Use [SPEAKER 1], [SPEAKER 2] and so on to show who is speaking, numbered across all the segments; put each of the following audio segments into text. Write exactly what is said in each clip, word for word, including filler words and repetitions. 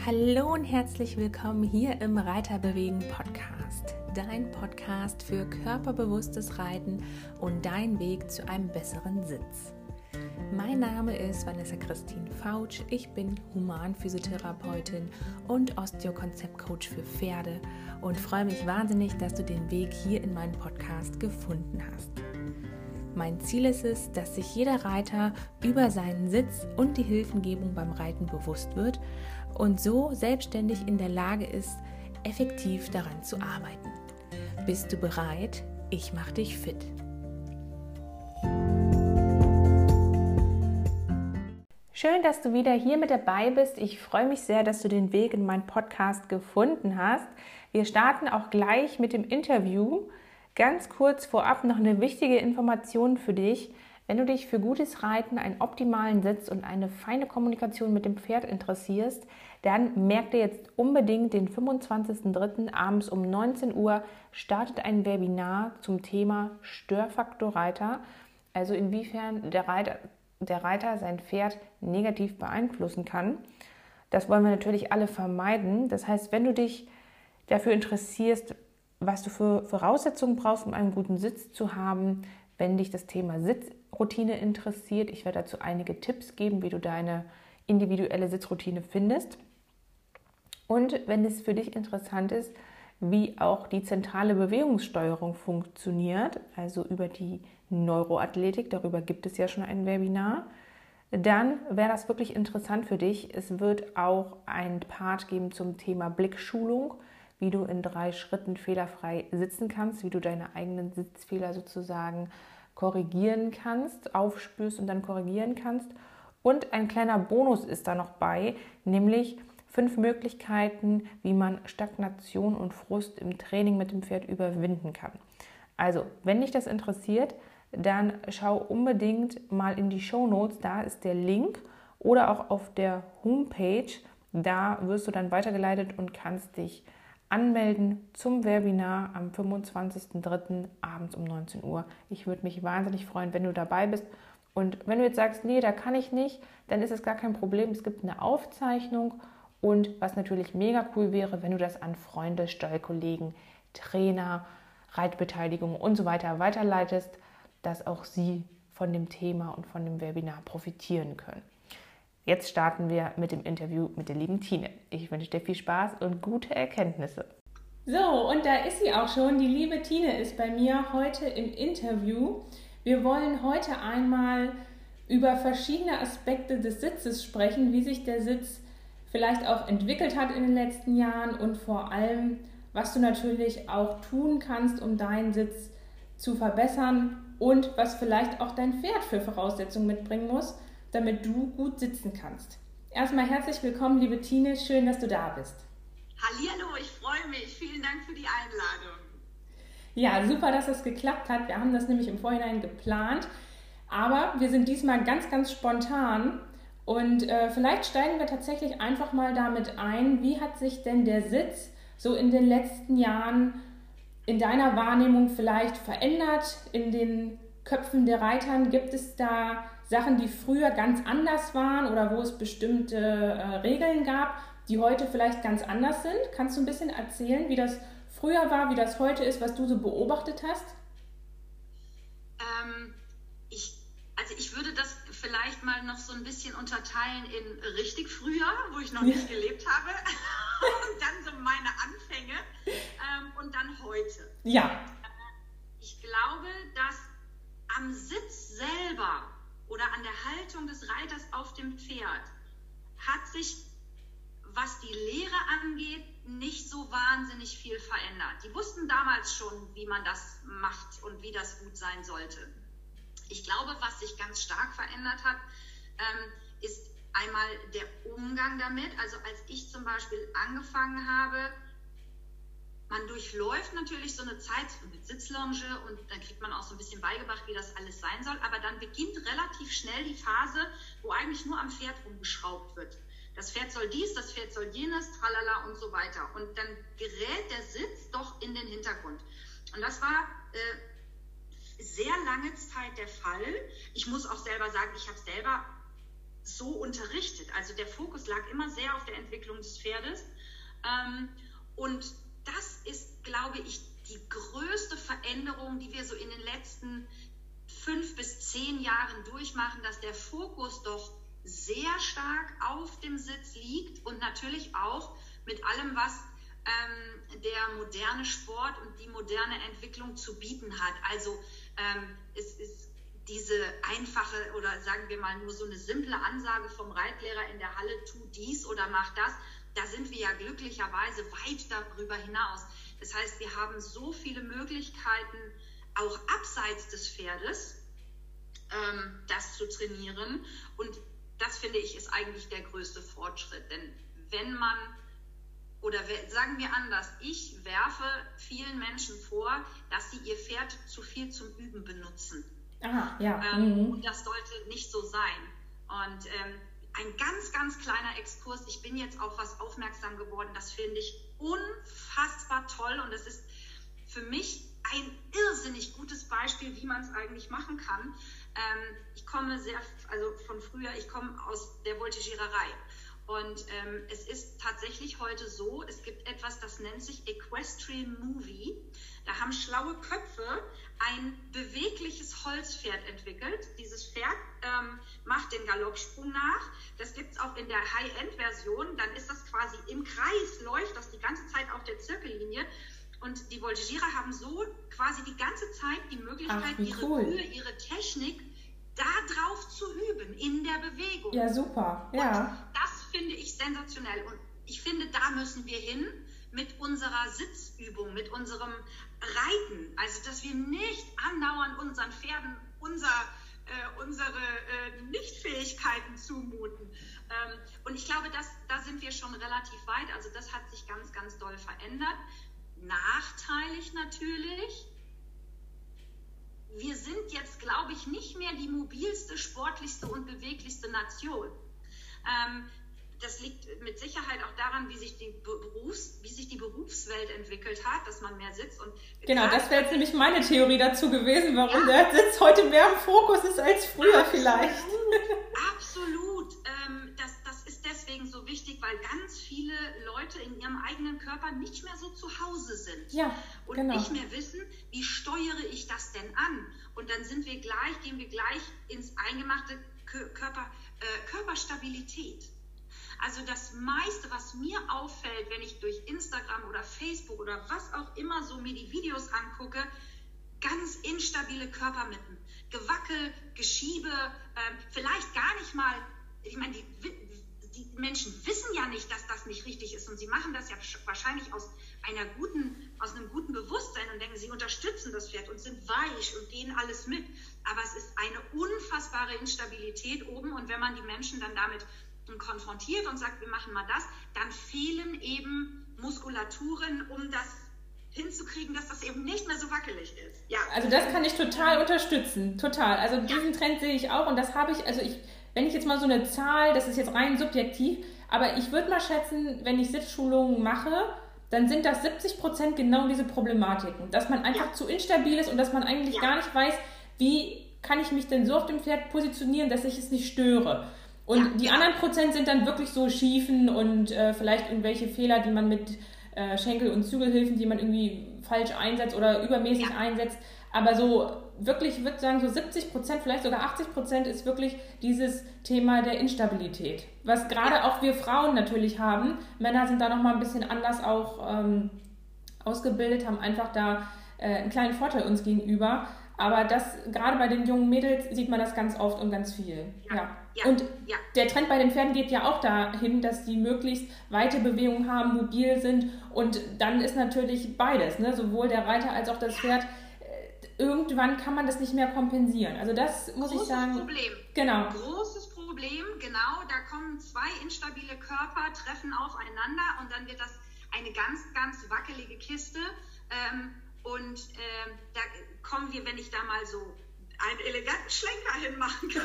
[SPEAKER 1] Hallo und herzlich willkommen hier im Reiterbewegen Podcast, dein Podcast für körperbewusstes Reiten und dein Weg zu einem besseren Sitz. Mein Name ist Vanessa Christine Fautsch, ich bin Humanphysiotherapeutin und Osteokonzeptcoach für Pferde und freue mich wahnsinnig, dass du den Weg hier in meinen Podcast gefunden hast. Mein Ziel ist es, dass sich jeder Reiter über seinen Sitz und die Hilfengebung beim Reiten bewusst wird und so selbstständig in der Lage ist, effektiv daran zu arbeiten. Bist du bereit? Ich mache dich fit. Schön, dass du wieder hier mit dabei bist. Ich freue mich sehr, dass du den Weg in meinen Podcast gefunden hast. Wir starten auch gleich mit dem Interview. Ganz kurz vorab noch eine wichtige Information für dich. Wenn du dich für gutes Reiten, einen optimalen Sitz und eine feine Kommunikation mit dem Pferd interessierst, dann merk dir jetzt unbedingt, den fünfundzwanzigsten dritten abends um neunzehn Uhr startet ein Webinar zum Thema Störfaktor Reiter, also inwiefern der Reiter, der Reiter sein Pferd negativ beeinflussen kann. Das wollen wir natürlich alle vermeiden. Das heißt, wenn du dich dafür interessierst, was du für Voraussetzungen brauchst, um einen guten Sitz zu haben, wenn dich das Thema Sitzroutine interessiert. Ich werde dazu einige Tipps geben, wie du deine individuelle Sitzroutine findest. Und wenn es für dich interessant ist, wie auch die zentrale Bewegungssteuerung funktioniert, also über die Neuroathletik, darüber gibt es ja schon ein Webinar, dann wäre das wirklich interessant für dich. Es wird auch ein Part geben zum Thema Blickschulung, wie du in drei Schritten fehlerfrei sitzen kannst, wie du deine eigenen Sitzfehler sozusagen korrigieren kannst, aufspürst und dann korrigieren kannst. Und ein kleiner Bonus ist da noch bei, nämlich fünf Möglichkeiten, wie man Stagnation und Frust im Training mit dem Pferd überwinden kann. Also, wenn dich das interessiert, dann schau unbedingt mal in die Shownotes, da ist der Link, oder auch auf der Homepage, da wirst du dann weitergeleitet und kannst dich anmelden zum Webinar am fünfundzwanzigsten dritten abends um neunzehn Uhr. Ich würde mich wahnsinnig freuen, wenn du dabei bist. Und wenn du jetzt sagst, nee, da kann ich nicht, dann ist es gar kein Problem. Es gibt eine Aufzeichnung und was natürlich mega cool wäre, wenn du das an Freunde, Stallkollegen, Trainer, Reitbeteiligung und so weiter weiterleitest, dass auch sie von dem Thema und von dem Webinar profitieren können. Jetzt starten wir mit dem Interview mit der lieben Tine. Ich wünsche dir viel Spaß und gute Erkenntnisse. So, und da ist sie auch schon. Die liebe Tine ist bei mir heute im Interview. Wir wollen heute einmal über verschiedene Aspekte des Sitzes sprechen, wie sich der Sitz vielleicht auch entwickelt hat in den letzten Jahren und vor allem, was du natürlich auch tun kannst, um deinen Sitz zu verbessern und was vielleicht auch dein Pferd für Voraussetzungen mitbringen muss, damit du gut sitzen kannst. Erstmal herzlich willkommen, liebe Tine, schön, dass du da bist.
[SPEAKER 2] Hallihallo, ich freue mich. Vielen Dank für die Einladung.
[SPEAKER 1] Ja, super, dass es geklappt hat. Wir haben das nämlich im Vorhinein geplant, aber wir sind diesmal ganz, ganz spontan und äh, vielleicht steigen wir tatsächlich einfach mal damit ein, wie hat sich denn der Sitz so in den letzten Jahren in deiner Wahrnehmung vielleicht verändert, in den Köpfen der Reitern? Gibt es da Sachen, die früher ganz anders waren oder wo es bestimmte äh, Regeln gab, die heute vielleicht ganz anders sind? Kannst du ein bisschen erzählen, wie das früher war, wie das heute ist, was du so beobachtet hast?
[SPEAKER 2] Ähm, ich, also ich würde das vielleicht mal noch so ein bisschen unterteilen in richtig früher, wo ich noch nicht gelebt habe, und dann so meine Anfänge ähm, und dann heute.
[SPEAKER 1] Ja.
[SPEAKER 2] Ich glaube, dass am Sitz selber oder an der Haltung des Reiters auf dem Pferd hat sich, was die Lehre angeht, nicht so wahnsinnig viel verändert. Die wussten damals schon, wie man das macht und wie das gut sein sollte. Ich glaube, was sich ganz stark verändert hat, ähm, ist einmal der Umgang damit. Also als ich zum Beispiel angefangen habe, man durchläuft natürlich so eine Zeit mit Sitzlonge und dann kriegt man auch so ein bisschen beigebracht, wie das alles sein soll. Aber dann beginnt relativ schnell die Phase, wo eigentlich nur am Pferd rumgeschraubt wird. Das Pferd soll dies, das Pferd soll jenes, tralala und so weiter. Und dann gerät der Sitz doch in den Hintergrund. Und das war äh, sehr lange Zeit der Fall. Ich muss auch selber sagen, ich habe selber so so unterrichtet. Also der Fokus lag immer sehr auf der Entwicklung des Pferdes. Ähm, und das ist, glaube ich, die größte Veränderung, die wir so in den letzten fünf bis zehn Jahren durchmachen, dass der Fokus doch sehr stark auf dem Sitz liegt und natürlich auch mit allem, was ähm, der moderne Sport und die moderne Entwicklung zu bieten hat. Also ähm, es ist diese einfache oder sagen wir mal nur so eine simple Ansage vom Reitlehrer in der Halle, tu dies oder mach das, da sind wir ja glücklicherweise weit darüber hinaus. Das heißt, wir haben so viele Möglichkeiten, auch abseits des Pferdes, ähm, das zu trainieren. Und das, finde ich, ist eigentlich der größte Fortschritt. Denn wenn man, oder sagen wir anders, ich werfe vielen Menschen vor, dass sie ihr Pferd zu viel zum Üben benutzen.
[SPEAKER 1] Aha, ja.
[SPEAKER 2] Ähm,
[SPEAKER 1] mhm.
[SPEAKER 2] Und das sollte nicht so sein. Und ähm, ein ganz, ganz kleiner Exkurs. Ich bin jetzt auf was aufmerksam geworden. Das finde ich unfassbar toll. Und das ist für mich ein irrsinnig gutes Beispiel, wie man es eigentlich machen kann. Ähm, ich komme sehr, also von früher, ich komme aus der Voltigiererei. Und ähm, es ist tatsächlich heute so, es gibt etwas, das nennt sich Equestrian Movie. Da haben schlaue Köpfe ein bewegliches Holzpferd entwickelt. Dieses Pferd ähm, macht den Galoppsprung nach. Das gibt es auch in der High-End-Version. Dann ist das quasi im Kreis, läuft das die ganze Zeit auf der Zirkellinie. Und die Voltigierer haben so quasi die ganze Zeit die Möglichkeit,
[SPEAKER 1] Ach,
[SPEAKER 2] ihre
[SPEAKER 1] cool.
[SPEAKER 2] Höhe, ihre Technik da drauf zu üben, in der Bewegung.
[SPEAKER 1] Ja, super. Ja.
[SPEAKER 2] Und das finde ich sensationell. Und ich finde, da müssen wir hin mit unserer Sitzübung, mit unserem Reiten. Also, dass wir nicht andauernd unseren Pferden unser, äh, unsere äh, Nichtfähigkeiten zumuten. Ähm, und ich glaube, das, da sind wir schon relativ weit. Also, das hat sich ganz, ganz doll verändert. Nachteilig natürlich. Wir sind jetzt, glaube ich, nicht mehr die mobilste, sportlichste und beweglichste Nation. Ähm, das liegt mit Sicherheit auch daran, wie sich, die Berufs-, wie sich die Berufswelt entwickelt hat, dass man mehr sitzt. Und
[SPEAKER 1] genau, das wäre jetzt nämlich meine Theorie dazu gewesen, warum ja. der Sitz heute mehr im Fokus ist als früher
[SPEAKER 2] absolut,
[SPEAKER 1] vielleicht.
[SPEAKER 2] Absolut. Ähm, das, das ist deswegen so wichtig, weil ganz viele Leute in ihrem eigenen Körper nicht mehr so zu Hause sind.
[SPEAKER 1] Ja,
[SPEAKER 2] und
[SPEAKER 1] genau.
[SPEAKER 2] nicht mehr wissen, wie steuere ich das denn an? Und dann sind wir gleich, gehen wir gleich ins eingemachte Körper, äh, Körperstabilität. Also das meiste, was mir auffällt, wenn ich durch Instagram oder Facebook oder was auch immer so mir die Videos angucke, ganz instabile Körpermitten, Gewackel, Geschiebe, äh, vielleicht gar nicht mal, ich meine, die, die Menschen wissen ja nicht, dass das nicht richtig ist und sie machen das ja wahrscheinlich aus einer guten, aus einem guten Bewusstsein und denken, sie unterstützen das Pferd und sind weich und gehen alles mit. Aber es ist eine unfassbare Instabilität oben und wenn man die Menschen dann damit konfrontiert und sagt, wir machen mal das, dann fehlen eben Muskulaturen, um das hinzukriegen, dass das eben nicht mehr so wackelig ist. Ja.
[SPEAKER 1] Also das kann ich total unterstützen, total. Also diesen Trend sehe ich auch und das habe ich, also ich, wenn ich jetzt mal so eine Zahl, das ist jetzt rein subjektiv, aber ich würde mal schätzen, wenn ich Sitzschulungen mache, dann sind das siebzig Prozent genau diese Problematiken, dass man einfach ja. zu instabil ist und dass man eigentlich ja. gar nicht weiß, wie kann ich mich denn so auf dem Pferd positionieren, dass ich es nicht störe. Und ja, die ja. anderen Prozent sind dann wirklich so Schiefen und äh, vielleicht irgendwelche Fehler, die man mit äh, Schenkel- und Zügelhilfen, die man irgendwie falsch einsetzt oder übermäßig ja. einsetzt. Aber so wirklich, ich würde sagen, so siebzig Prozent, vielleicht sogar achtzig Prozent ist wirklich dieses Thema der Instabilität. Was gerade ja. auch wir Frauen natürlich haben. Männer sind da nochmal ein bisschen anders auch ähm, ausgebildet, haben einfach da äh, einen kleinen Vorteil uns gegenüber. Aber das, gerade bei den jungen Mädels sieht man das ganz oft und ganz viel. Ja. ja. Ja, und ja. der Trend bei den Pferden geht ja auch dahin, dass die möglichst weite Bewegungen haben, mobil sind und dann ist natürlich beides, ne? Sowohl der Reiter als auch das Pferd. Irgendwann kann man das nicht mehr kompensieren. Also das muss
[SPEAKER 2] Großes
[SPEAKER 1] ich sagen.
[SPEAKER 2] Problem.
[SPEAKER 1] Genau.
[SPEAKER 2] Großes Problem, genau. Da kommen zwei instabile Körper, treffen aufeinander und dann wird das eine ganz, ganz wackelige Kiste. Ähm, und ähm, da kommen wir, wenn ich da mal so einen eleganten Schlenker hinmachen kann.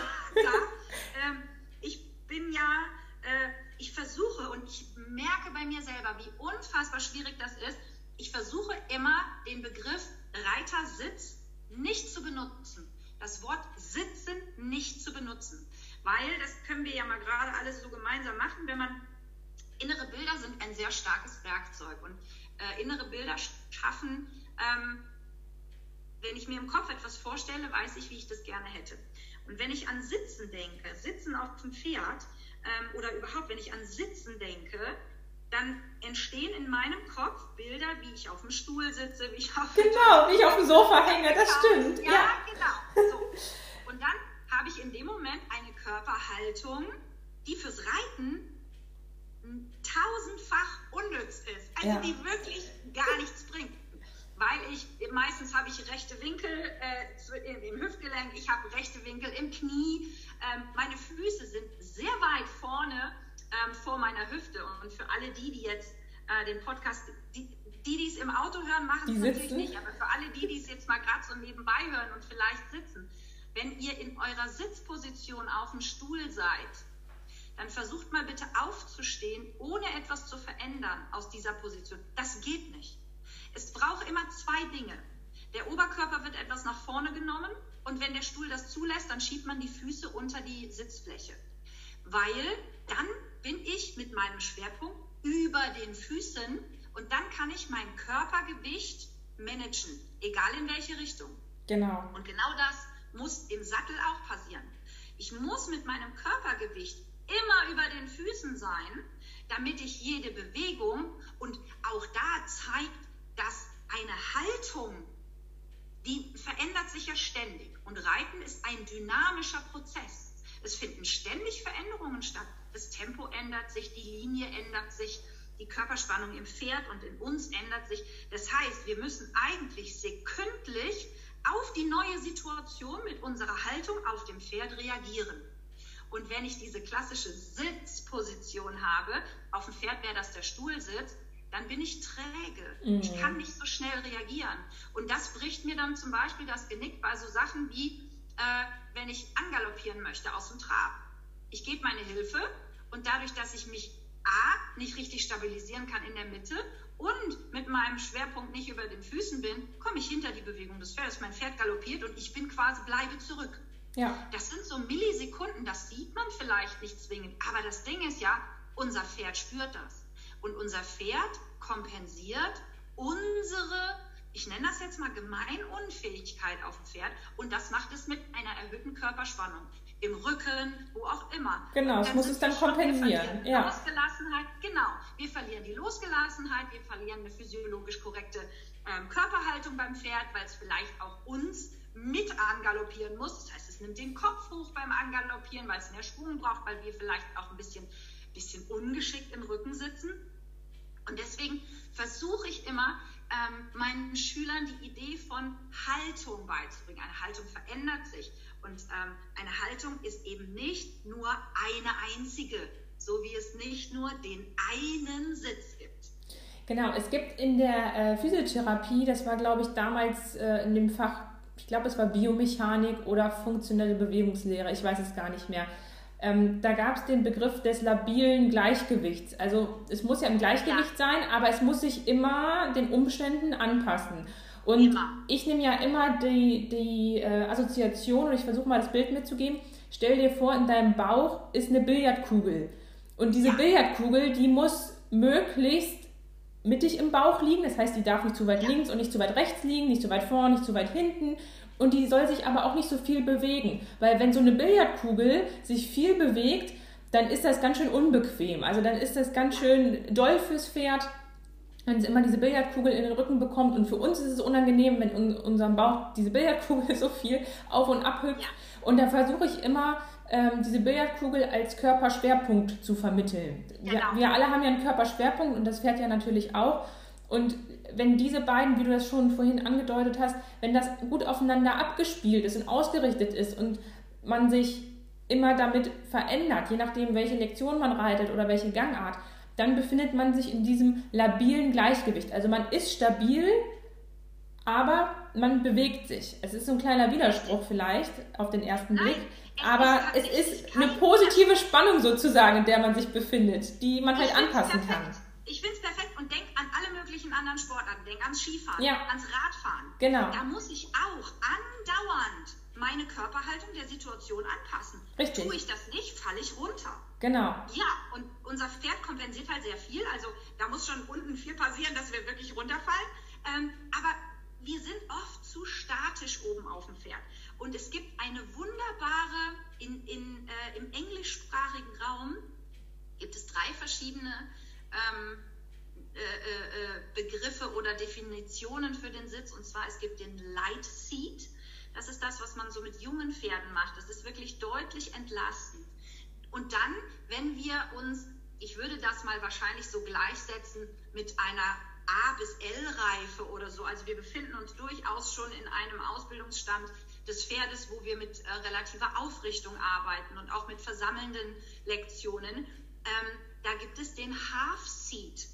[SPEAKER 2] ähm, ich bin ja, äh, ich versuche und ich merke bei mir selber, wie unfassbar schwierig das ist. Ich versuche immer, den Begriff Reitersitz nicht zu benutzen. Das Wort Sitzen nicht zu benutzen. weil, das können wir ja mal gerade alles so gemeinsam machen, wenn man, innere Bilder sind ein sehr starkes Werkzeug und äh, innere Bilder schaffen, ähm, wenn ich mir im Kopf etwas vorstelle, weiß ich, wie ich das gerne hätte. Und wenn ich an Sitzen denke, Sitzen auf dem Pferd ähm, oder überhaupt, wenn ich an Sitzen denke, dann entstehen in meinem Kopf Bilder, wie ich auf dem Stuhl sitze, wie ich auf
[SPEAKER 1] Genau, wie ich auf dem Sofa hänge, das stimmt.
[SPEAKER 2] Ja, ja. Genau. So. Und dann habe ich in dem Moment eine Körperhaltung, die fürs Reiten tausendfach unnütz ist. Also ja. die wirklich gar nichts bringt. Weil ich, meistens habe ich rechte Winkel äh, im Hüftgelenk, ich habe rechte Winkel im Knie. Ähm, meine Füße sind sehr weit vorne ähm, vor meiner Hüfte. Und für alle die, die jetzt äh, den Podcast, die, die, die es im Auto hören, machen es natürlich nicht. Aber für alle die, die es jetzt mal gerade so nebenbei hören und vielleicht sitzen, wenn ihr in eurer Sitzposition auf dem Stuhl seid, dann versucht mal bitte aufzustehen, ohne etwas zu verändern aus dieser Position. Das geht nicht. Es braucht immer zwei Dinge. Der Oberkörper wird etwas nach vorne genommen und wenn der Stuhl das zulässt, dann schiebt man die Füße unter die Sitzfläche. Weil dann bin ich mit meinem Schwerpunkt über den Füßen und dann kann ich mein Körpergewicht managen, egal in welche Richtung.
[SPEAKER 1] Genau.
[SPEAKER 2] Und genau das muss im Sattel auch passieren. Ich muss mit meinem Körpergewicht immer über den Füßen sein, damit ich jede Bewegung, und auch da zeigt, dass eine Haltung, die verändert sich ja ständig. Und Reiten ist ein dynamischer Prozess. Es finden ständig Veränderungen statt. Das Tempo ändert sich, die Linie ändert sich, die Körperspannung im Pferd und in uns ändert sich. Das heißt, wir müssen eigentlich sekündlich auf die neue Situation mit unserer Haltung auf dem Pferd reagieren. Und wenn ich diese klassische Sitzposition habe, auf dem Pferd wäre das der Stuhlsitz, dann bin ich träge. Mhm. Ich kann nicht so schnell reagieren. Und das bricht mir dann zum Beispiel das Genick bei so Sachen wie, äh, wenn ich angaloppieren möchte aus dem Trab. Ich gebe meine Hilfe und dadurch, dass ich mich A, nicht richtig stabilisieren kann in der Mitte und mit meinem Schwerpunkt nicht über den Füßen bin, komme ich hinter die Bewegung des Pferdes. Mein Pferd galoppiert und ich bin quasi, bleibe zurück.
[SPEAKER 1] Ja.
[SPEAKER 2] Das sind so Millisekunden, das sieht man vielleicht nicht zwingend, aber das Ding ist ja, unser Pferd spürt das. Und unser Pferd kompensiert unsere, ich nenne das jetzt mal Gemeinunfähigkeit auf dem Pferd, und das macht es mit einer erhöhten Körperspannung. Im Rücken, wo auch immer.
[SPEAKER 1] Genau, das muss es dann kompensieren.
[SPEAKER 2] Wir ja. Losgelassenheit, genau. Wir verlieren die Losgelassenheit, wir verlieren eine physiologisch korrekte ähm, Körperhaltung beim Pferd, weil es vielleicht auch uns mit angaloppieren muss. Das heißt, es nimmt den Kopf hoch beim Angaloppieren, weil es mehr Schwung braucht, weil wir vielleicht auch ein bisschen, bisschen ungeschickt im Rücken sitzen. Und deswegen versuche ich immer, ähm, meinen Schülern die Idee von Haltung beizubringen. Eine Haltung verändert sich. Und ähm, eine Haltung ist eben nicht nur eine einzige, so wie es nicht nur den einen Sitz gibt.
[SPEAKER 1] Genau, es gibt in der äh, Physiotherapie, das war glaube ich damals äh, in dem Fach, ich glaube es war Biomechanik oder funktionelle Bewegungslehre, ich weiß es gar nicht mehr. Ähm, da gab es den Begriff des labilen Gleichgewichts. Also es muss ja im Gleichgewicht ja. sein, aber es muss sich immer den Umständen anpassen. Und immer. Ich nehme ja immer die, die äh, Assoziation, und ich versuche mal das Bild mitzugeben. Stell dir vor, in deinem Bauch ist eine Billardkugel. Und diese ja. Billardkugel, die muss möglichst mittig im Bauch liegen. Das heißt, die darf nicht zu weit ja. links und nicht zu weit rechts liegen, nicht zu weit vorne, nicht zu weit hinten. Und die soll sich aber auch nicht so viel bewegen. Weil wenn so eine Billardkugel sich viel bewegt, dann ist das ganz schön unbequem. Also dann ist das ganz schön doll fürs Pferd, wenn es immer diese Billardkugel in den Rücken bekommt. Und für uns ist es unangenehm, wenn in unserem Bauch diese Billardkugel so viel auf und ab hüpft. Ja. Und da versuche ich immer, ähm, diese Billardkugel als Körperschwerpunkt zu vermitteln. Genau. Wir, wir alle haben ja einen Körperschwerpunkt und das Pferd ja natürlich auch. Und wenn diese beiden, wie du das schon vorhin angedeutet hast, wenn das gut aufeinander abgespielt ist und ausgerichtet ist und man sich immer damit verändert, je nachdem, welche Lektion man reitet oder welche Gangart, dann befindet man sich in diesem labilen Gleichgewicht. Also man ist stabil, aber man bewegt sich. Es ist so ein kleiner Widerspruch vielleicht auf den ersten
[SPEAKER 2] Nein,
[SPEAKER 1] Blick,
[SPEAKER 2] es
[SPEAKER 1] aber
[SPEAKER 2] ist,
[SPEAKER 1] es ist eine positive Spannung sozusagen, in der man sich befindet, die man halt anpassen
[SPEAKER 2] perfekt.
[SPEAKER 1] kann.
[SPEAKER 2] Ich finde es perfekt und denk an alle möglichen anderen Sportarten. Denk ans Skifahren,
[SPEAKER 1] ja.
[SPEAKER 2] ans Radfahren.
[SPEAKER 1] Genau.
[SPEAKER 2] Da muss ich auch andauernd meine Körperhaltung der Situation anpassen.
[SPEAKER 1] Richtig.
[SPEAKER 2] Tue ich das nicht, falle ich runter.
[SPEAKER 1] Genau.
[SPEAKER 2] Ja, und unser Pferd kompensiert halt sehr viel. Also da muss schon unten viel passieren, dass wir wirklich runterfallen. Ähm, aber wir sind oft zu statisch oben auf dem Pferd. Und es gibt eine wunderbare, in, in, äh, im englischsprachigen Raum gibt es drei verschiedene ähm, äh, äh, Begriffe oder Definitionen für den Sitz. Und zwar, es gibt den Light Seat. Das ist das, was man so mit jungen Pferden macht. Das ist wirklich deutlich entlastend. Und dann, wenn wir uns, ich würde das mal wahrscheinlich so gleichsetzen mit einer A bis L-Reife oder so. Also wir befinden uns durchaus schon in einem Ausbildungsstand des Pferdes, wo wir mit äh, relativer Aufrichtung arbeiten und auch mit versammelnden Lektionen. Ähm, da gibt es den Half Seat.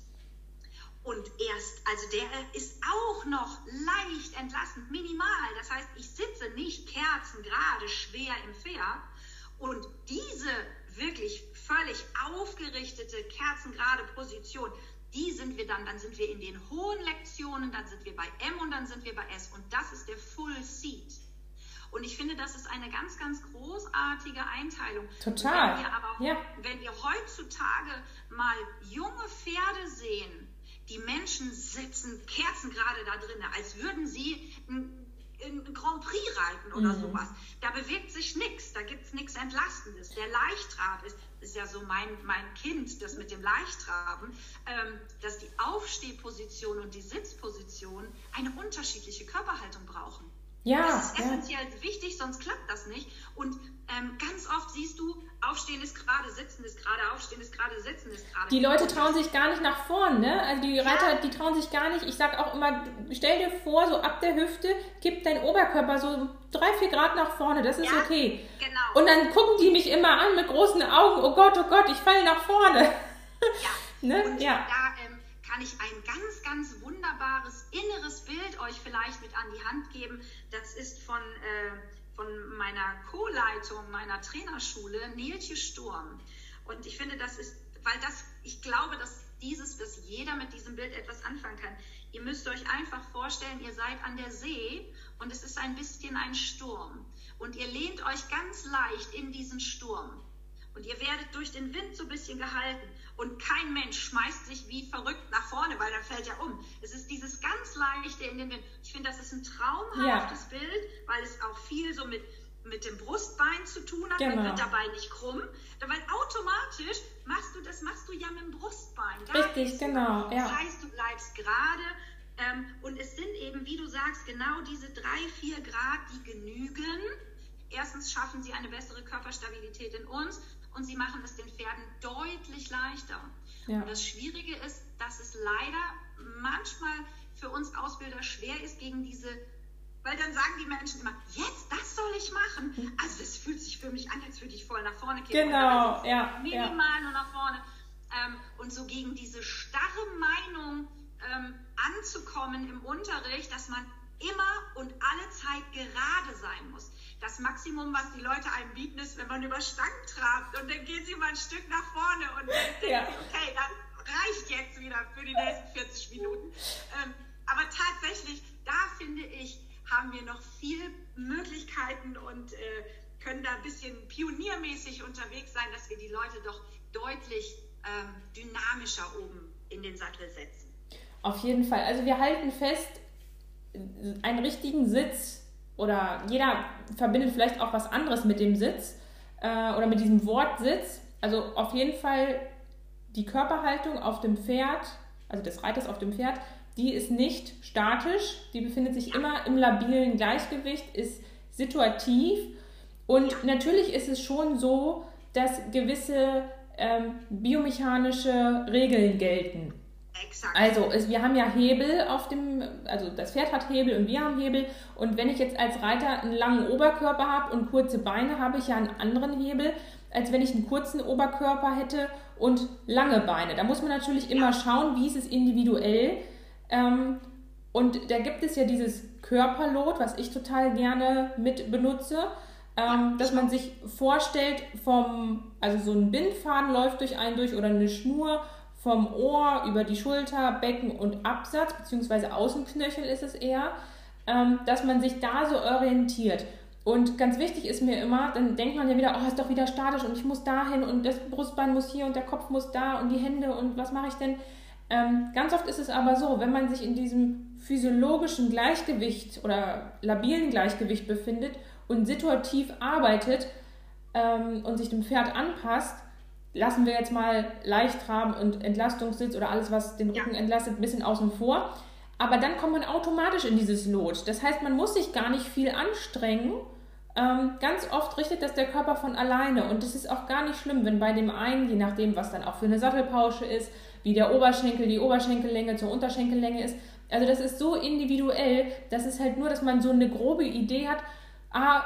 [SPEAKER 2] Und erst, also der ist auch noch leicht entlastend, minimal. Das heißt, ich sitze nicht kerzengerade schwer im Pferd. Und diese wirklich völlig aufgerichtete, kerzengerade Position, die sind wir dann, dann sind wir in den hohen Lektionen, dann sind wir bei M und dann sind wir bei S. Und das ist der Full Seat. Und ich finde, das ist eine ganz, ganz großartige Einteilung.
[SPEAKER 1] Total.
[SPEAKER 2] Wenn wir aber, ja. wenn wir heutzutage mal junge Pferde sehen, die Menschen sitzen kerzengerade da drin, als würden sie ein, ein Grand Prix reiten oder mhm. sowas. Da bewegt sich nichts, da gibt es nichts Entlastendes. Der Leichttrab ist, ist ja so mein, mein Kind, das mit dem Leichttraben, ähm, dass die Aufstehposition und die Sitzposition eine unterschiedliche Körperhaltung brauchen.
[SPEAKER 1] Ja,
[SPEAKER 2] das ist essentiell
[SPEAKER 1] ja.
[SPEAKER 2] wichtig, sonst klappt das nicht. Und ähm, ganz oft siehst du, Aufstehen ist gerade, Sitzen ist gerade, Aufstehen ist gerade, Sitzen ist gerade.
[SPEAKER 1] Die Leute trauen sich gar nicht nach vorn, ne? Also die Reiter, ja. die trauen sich gar nicht. Ich sag auch immer, stell dir vor, so ab der Hüfte, kipp dein Oberkörper so drei, vier Grad nach vorne, das ist
[SPEAKER 2] ja,
[SPEAKER 1] okay.
[SPEAKER 2] Genau.
[SPEAKER 1] Und dann gucken die mich immer an mit großen Augen, oh Gott, oh Gott, ich falle nach vorne.
[SPEAKER 2] Ja,
[SPEAKER 1] ne?
[SPEAKER 2] und
[SPEAKER 1] ja.
[SPEAKER 2] da ähm, kann ich ein ganz, ganz wunderbares inneres Bild euch vielleicht mit an die Hand geben. Das ist von, äh, von meiner Co-Leitung, meiner Trainerschule, Niltje Sturm. Und ich finde, das ist, weil das, ich glaube, dass dieses, dass jeder mit diesem Bild etwas anfangen kann. Ihr müsst euch einfach vorstellen, ihr seid an der See und es ist ein bisschen ein Sturm. Und ihr lehnt euch ganz leicht in diesen Sturm. Und ihr werdet durch den Wind so ein bisschen gehalten. Und kein Mensch schmeißt sich wie verrückt nach vorne, weil dann fällt ja um. Es ist dieses ganz Leichte in den Wind. Ich finde, das ist ein traumhaftes ja. Bild, weil es auch viel so mit, mit dem Brustbein zu tun hat.
[SPEAKER 1] Genau.
[SPEAKER 2] Man wird dabei nicht krumm. Weil automatisch machst du das machst du ja mit dem Brustbein. Da
[SPEAKER 1] Richtig, genau. Ja.
[SPEAKER 2] Das heißt, du bleibst gerade. Ähm, und es sind eben, wie du sagst, genau diese drei, vier Grad, die genügen. Erstens schaffen sie eine bessere Körperstabilität in uns. Und sie machen es den Pferden deutlich leichter. Ja. Und das Schwierige ist, dass es leider manchmal für uns Ausbilder schwer ist gegen diese, weil dann sagen die Menschen immer, jetzt, das soll ich machen. Also das fühlt sich für mich an, als würde ich voll nach vorne kippen.
[SPEAKER 1] Genau,
[SPEAKER 2] also
[SPEAKER 1] ja.
[SPEAKER 2] Minimal
[SPEAKER 1] ja.
[SPEAKER 2] nur nach vorne. Ähm, und so gegen diese starre Meinung ähm, anzukommen im Unterricht, dass man immer und alle Zeit gerade sein muss. Das Maximum, was die Leute einem bieten, ist, wenn man über Stangen trabt und dann gehen sie mal ein Stück nach vorne und dann
[SPEAKER 1] ja.
[SPEAKER 2] denken sie, okay, das reicht jetzt wieder für die nächsten vierzig Minuten. Ähm, aber tatsächlich, da finde ich, haben wir noch viel Möglichkeiten und äh, können da ein bisschen pioniermäßig unterwegs sein, dass wir die Leute doch deutlich ähm, dynamischer oben in den Sattel setzen.
[SPEAKER 1] Auf jeden Fall. Also wir halten fest, einen richtigen Sitz oder jeder verbindet vielleicht auch was anderes mit dem Sitz äh, oder mit diesem Wort Sitz. Also auf jeden Fall die Körperhaltung auf dem Pferd, also des Reiters auf dem Pferd, die ist nicht statisch, die befindet sich immer im labilen Gleichgewicht, ist situativ und natürlich ist es schon so, dass gewisse ähm, biomechanische Regeln gelten.
[SPEAKER 2] Exakt.
[SPEAKER 1] Also es, wir haben ja Hebel auf dem, also das Pferd hat Hebel und wir haben Hebel und wenn ich jetzt als Reiter einen langen Oberkörper habe und kurze Beine, habe ich ja einen anderen Hebel, als wenn ich einen kurzen Oberkörper hätte und lange Beine. Da muss man natürlich immer schauen, wie ist es individuell. Ähm, und da gibt es ja dieses Körperlot, was ich total gerne mit benutze, ähm, dass man sich vorstellt, vom, also so ein Bindfaden läuft durch einen durch oder eine Schnur vom Ohr über die Schulter, Becken und Absatz, beziehungsweise Außenknöchel ist es eher, ähm, dass man sich da so orientiert. Und ganz wichtig ist mir immer, dann denkt man ja wieder, oh, ist doch wieder statisch und ich muss dahin und das Brustbein muss hier und der Kopf muss da und die Hände und was mache ich denn? Ähm, ganz oft ist es aber so, wenn man sich in diesem physiologischen Gleichgewicht oder labilen Gleichgewicht befindet und situativ arbeitet ähm, und sich dem Pferd anpasst, lassen wir jetzt mal Leichtraben und Entlastungssitz oder alles, was den Rücken entlastet, ein bisschen außen vor. Aber dann kommt man automatisch in dieses Lot. Das heißt, man muss sich gar nicht viel anstrengen. Ähm, ganz oft richtet das der Körper von alleine. Und das ist auch gar nicht schlimm, wenn bei dem einen, je nachdem, was dann auch für eine Sattelpausche ist, wie der Oberschenkel, die Oberschenkellänge zur Unterschenkellänge ist. Also das ist so individuell, das ist halt nur, dass man so eine grobe Idee hat, ah,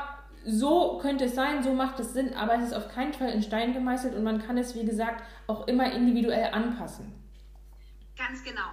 [SPEAKER 1] so könnte es sein, so macht es Sinn, aber es ist auf keinen Fall in Stein gemeißelt und man kann es, wie gesagt, auch immer individuell anpassen.
[SPEAKER 2] Ganz genau.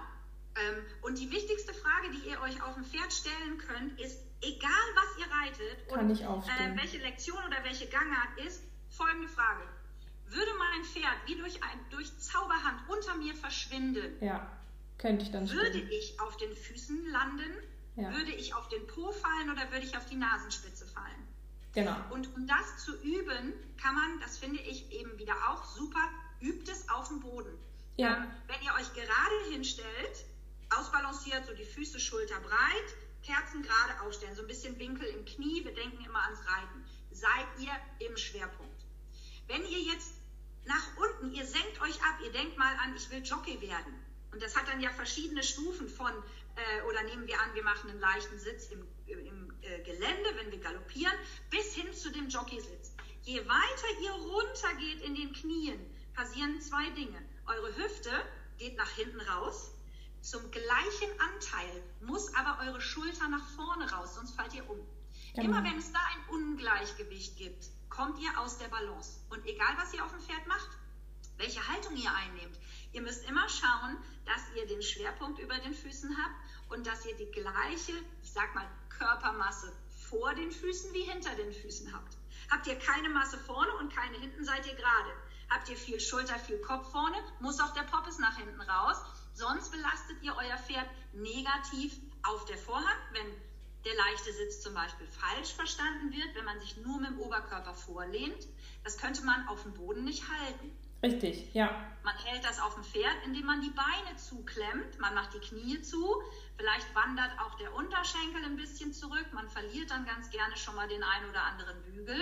[SPEAKER 2] Und die wichtigste Frage, die ihr euch auf dem Pferd stellen könnt, ist, egal was ihr reitet
[SPEAKER 1] kann
[SPEAKER 2] und
[SPEAKER 1] ich aufstehen.
[SPEAKER 2] Äh, welche Lektion oder welche Gangart ist, folgende Frage. Würde mein Pferd wie durch, ein, durch Zauberhand unter mir verschwinden?
[SPEAKER 1] Ja, könnte ich dann
[SPEAKER 2] Würde
[SPEAKER 1] stimmen.
[SPEAKER 2] ich auf den Füßen landen? Ja. Würde ich auf den Po fallen oder würde ich auf die Nasenspitze fallen?
[SPEAKER 1] Genau.
[SPEAKER 2] Und um das zu üben, kann man, das finde ich eben wieder auch super, übt es auf dem Boden.
[SPEAKER 1] Ja.
[SPEAKER 2] Ähm, wenn ihr euch gerade hinstellt, ausbalanciert, so die Füße schulterbreit, Kerzen gerade aufstellen, so ein bisschen Winkel im Knie, wir denken immer ans Reiten. Seid ihr im Schwerpunkt. Wenn ihr jetzt nach unten, ihr senkt euch ab, ihr denkt mal an, ich will Jockey werden. Und das hat dann ja verschiedene Stufen von, äh, oder nehmen wir an, wir machen einen leichten Sitz im, im äh, Gelände, wenn wir galoppieren, bis hin zu dem Jockeysitz. Je weiter ihr runtergeht in den Knien, passieren zwei Dinge. Eure Hüfte geht nach hinten raus. Zum gleichen Anteil muss aber eure Schulter nach vorne raus, sonst fallt ihr um. Genau. Immer wenn es da ein Ungleichgewicht gibt, kommt ihr aus der Balance. Und egal, was ihr auf dem Pferd macht, welche Haltung ihr einnehmt, ihr müsst immer schauen, dass ihr den Schwerpunkt über den Füßen habt und dass ihr die gleiche, ich sag mal, Körpermasse vor den Füßen wie hinter den Füßen habt. Habt ihr keine Masse vorne und keine hinten, seid ihr gerade. Habt ihr viel Schulter, viel Kopf vorne, muss auch der Poppes nach hinten raus. Sonst belastet ihr euer Pferd negativ auf der Vorhand, wenn der leichte Sitz zum Beispiel falsch verstanden wird, wenn man sich nur mit dem Oberkörper vorlehnt. Das könnte man auf dem Boden nicht halten.
[SPEAKER 1] Richtig, ja.
[SPEAKER 2] Man hält das auf dem Pferd, indem man die Beine zuklemmt, man macht die Knie zu, vielleicht wandert auch der Unterschenkel ein bisschen zurück, man verliert dann ganz gerne schon mal den ein oder anderen Bügel.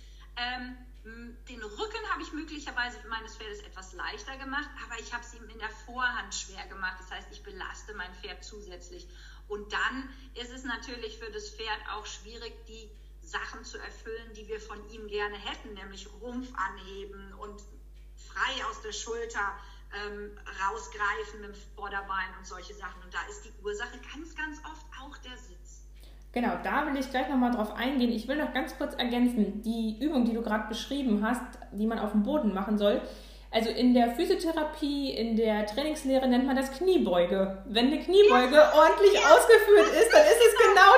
[SPEAKER 2] Ähm, Den Rücken habe ich möglicherweise für meines Pferdes etwas leichter gemacht, aber ich habe es ihm in der Vorhand schwer gemacht. Das heißt, ich belaste mein Pferd zusätzlich. Und dann ist es natürlich für das Pferd auch schwierig, die Sachen zu erfüllen, die wir von ihm gerne hätten, nämlich Rumpf anheben und frei aus der Schulter ähm, rausgreifen mit dem Vorderbein und solche Sachen. Und da ist die Ursache ganz, ganz oft auch der Sitz.
[SPEAKER 1] Genau, da will ich gleich nochmal drauf eingehen. Ich will noch ganz kurz ergänzen, die Übung, die du gerade beschrieben hast, die man auf dem Boden machen soll, also in der Physiotherapie, in der Trainingslehre nennt man das Kniebeuge. Wenn eine Kniebeuge ja. ordentlich ja. ausgeführt ist, dann ist es genau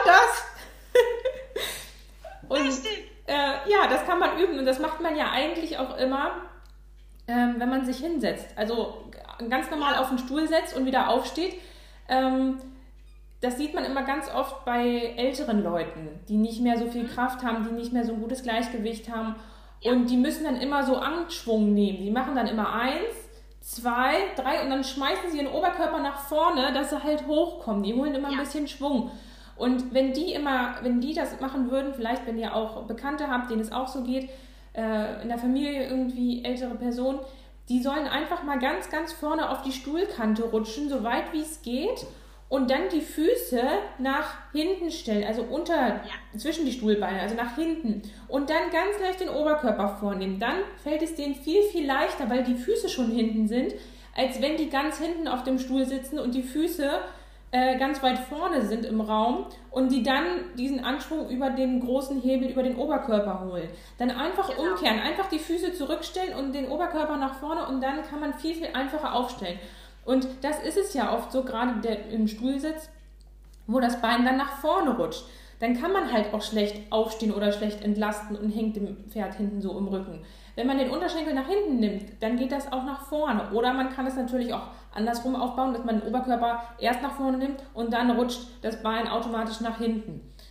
[SPEAKER 1] das. Und
[SPEAKER 2] Richtig.
[SPEAKER 1] Äh, ja, das kann man üben und das macht man ja eigentlich auch immer, ähm, wenn man sich hinsetzt. Also ganz normal
[SPEAKER 2] ja.
[SPEAKER 1] auf den Stuhl setzt und wieder aufsteht. Ähm, Das sieht man immer ganz oft bei älteren Leuten, die nicht mehr so viel Kraft haben, die nicht mehr so ein gutes Gleichgewicht haben. Ja. Und die müssen dann immer so Anschwung nehmen. Die machen dann immer eins, zwei, drei und dann schmeißen sie ihren Oberkörper nach vorne, dass sie halt hochkommen. Die holen immer ja. ein bisschen Schwung. Und wenn die immer, wenn die das machen würden, vielleicht wenn ihr auch Bekannte habt, denen es auch so geht, äh, in der Familie irgendwie ältere Personen, die sollen einfach mal ganz, ganz vorne auf die Stuhlkante rutschen, so weit wie es geht. Und dann die Füße nach hinten stellen, also unter, ja. zwischen die Stuhlbeine, also nach hinten. Und dann ganz leicht den Oberkörper vornehmen. Dann fällt es denen viel, viel leichter, weil die Füße schon hinten sind, als wenn die ganz hinten auf dem Stuhl sitzen und die Füße äh, ganz weit vorne sind im Raum und die dann diesen Anschwung über den großen Hebel, über den Oberkörper holen. Dann einfach genau. umkehren, einfach die Füße zurückstellen und den Oberkörper nach vorne und dann kann man viel, viel einfacher aufstellen. Und das ist es ja oft so, gerade der im Stuhlsitz, wo das Bein dann nach vorne rutscht. Dann kann man halt auch schlecht aufstehen oder schlecht entlasten und hängt dem Pferd hinten so im Rücken. Wenn man den Unterschenkel nach hinten nimmt, dann geht das auch nach vorne. Oder man kann es natürlich auch andersrum aufbauen, dass man den Oberkörper erst nach vorne nimmt und dann rutscht das Bein automatisch nach hinten.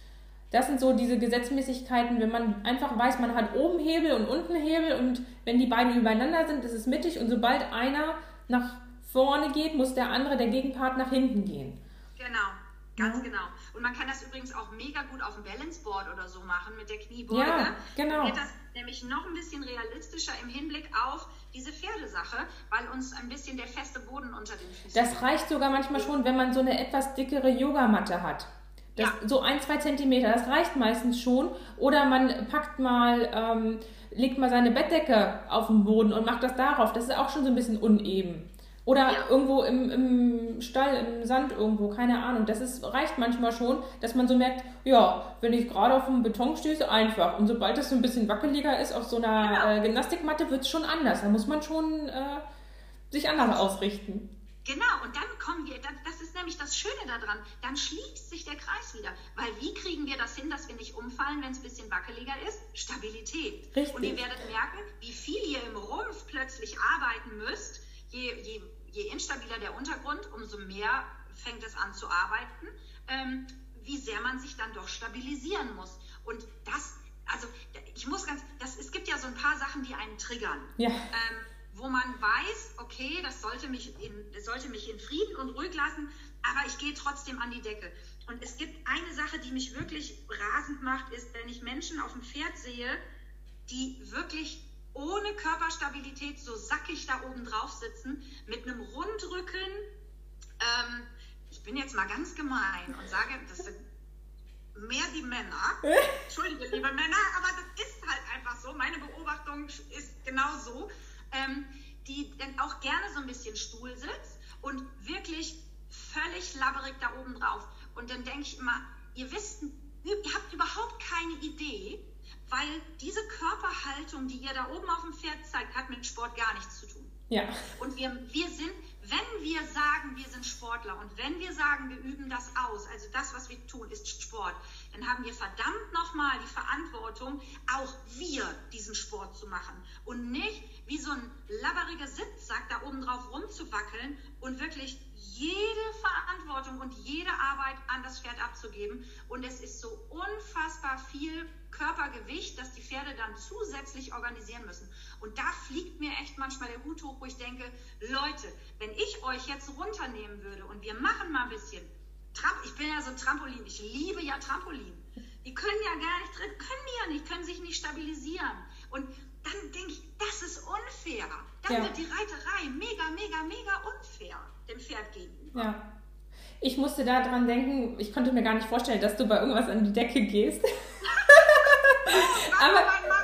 [SPEAKER 1] Das sind so diese Gesetzmäßigkeiten, wenn man einfach weiß, man hat oben Hebel und unten Hebel und wenn die beiden übereinander sind, ist es mittig und sobald einer nach vorne geht, muss der andere, der Gegenpart, nach hinten gehen.
[SPEAKER 2] Genau, ganz
[SPEAKER 1] ja.
[SPEAKER 2] genau. Und man kann das übrigens auch mega gut auf dem Balanceboard oder so machen mit der Kniebeuge.
[SPEAKER 1] Ja, genau.
[SPEAKER 2] Dann geht das nämlich noch ein bisschen realistischer im Hinblick auf diese Pferdesache, weil uns ein bisschen der feste Boden unter den Füßen...
[SPEAKER 1] Das reicht sogar manchmal schon, wenn man so eine etwas dickere Yogamatte hat. Das, ja. So ein, zwei Zentimeter, das reicht meistens schon. Oder man packt mal, ähm, legt mal seine Bettdecke auf den Boden und macht das darauf. Das ist auch schon so ein bisschen uneben. Oder ja. irgendwo im, im Stall, im Sand irgendwo, keine Ahnung. Das ist, reicht manchmal schon, dass man so merkt, ja, wenn ich gerade auf dem Beton stehe, einfach. Und sobald es so ein bisschen wackeliger ist auf so einer genau. äh, Gymnastikmatte, wird es schon anders. Da muss man schon äh, sich anders ausrichten.
[SPEAKER 2] Genau, und dann kommen wir, das ist nämlich das Schöne daran, dann schließt sich der Kreis wieder. Weil wie kriegen wir das hin, dass wir nicht umfallen, wenn es ein bisschen wackeliger ist? Stabilität.
[SPEAKER 1] Richtig.
[SPEAKER 2] Und ihr werdet merken, wie viel ihr im Rumpf plötzlich arbeiten müsst. Je, je, je instabiler der Untergrund, umso mehr fängt es an zu arbeiten, ähm, wie sehr man sich dann doch stabilisieren muss. Und das, also ich muss ganz, das, es gibt ja so ein paar Sachen, die einen triggern.
[SPEAKER 1] Ja.
[SPEAKER 2] Ähm, wo man weiß, okay, das sollte mich, in, das sollte mich in Frieden und ruhig lassen, aber ich gehe trotzdem an die Decke. Und es gibt eine Sache, die mich wirklich rasend macht, ist, wenn ich Menschen auf dem Pferd sehe, die wirklich ohne Körperstabilität so sackig da oben drauf sitzen, mit einem Rundrücken. Ähm, ich bin jetzt mal ganz gemein und sage, das sind mehr die Männer. Entschuldige, liebe Männer, aber das ist halt einfach so. Meine Beobachtung ist genau so. Ähm, die dann auch gerne so ein bisschen Stuhl sitzt und wirklich völlig labberig da oben drauf. Und dann denke ich immer, ihr wisst, ihr habt überhaupt keine Idee, weil diese Körperhaltung, die ihr da oben auf dem Pferd zeigt, hat mit Sport gar nichts zu tun.
[SPEAKER 1] Ja.
[SPEAKER 2] Und wir, wir sind, wenn wir sagen, wir sind Sportler und wenn wir sagen, wir üben das aus, also das, was wir tun, ist Sport, dann haben wir verdammt nochmal die Verantwortung, auch wir diesen Sport zu machen und nicht wie so ein labberiger Sitzsack da oben drauf rumzuwackeln und wirklich jede Verantwortung und jede Arbeit an das Pferd abzugeben. Und es ist so unfassbar viel Körpergewicht, dass die Pferde dann zusätzlich organisieren müssen. Und da fliegt mir echt manchmal der Hut hoch, wo ich denke, Leute, wenn ich euch jetzt runternehmen würde und wir machen mal ein bisschen, Tramp- ich bin ja so ein Trampolin, ich liebe ja Trampolin. Die können ja gar nicht drin, können die ja nicht, können sich nicht stabilisieren. Und dann denke ich, das ist unfair. Dann
[SPEAKER 1] ja.
[SPEAKER 2] wird die Reiterei mega, mega, mega unfair dem Pferd gegenüber.
[SPEAKER 1] Ja. Ich musste daran denken, ich konnte mir gar nicht vorstellen, dass du bei irgendwas an die Decke gehst. aber,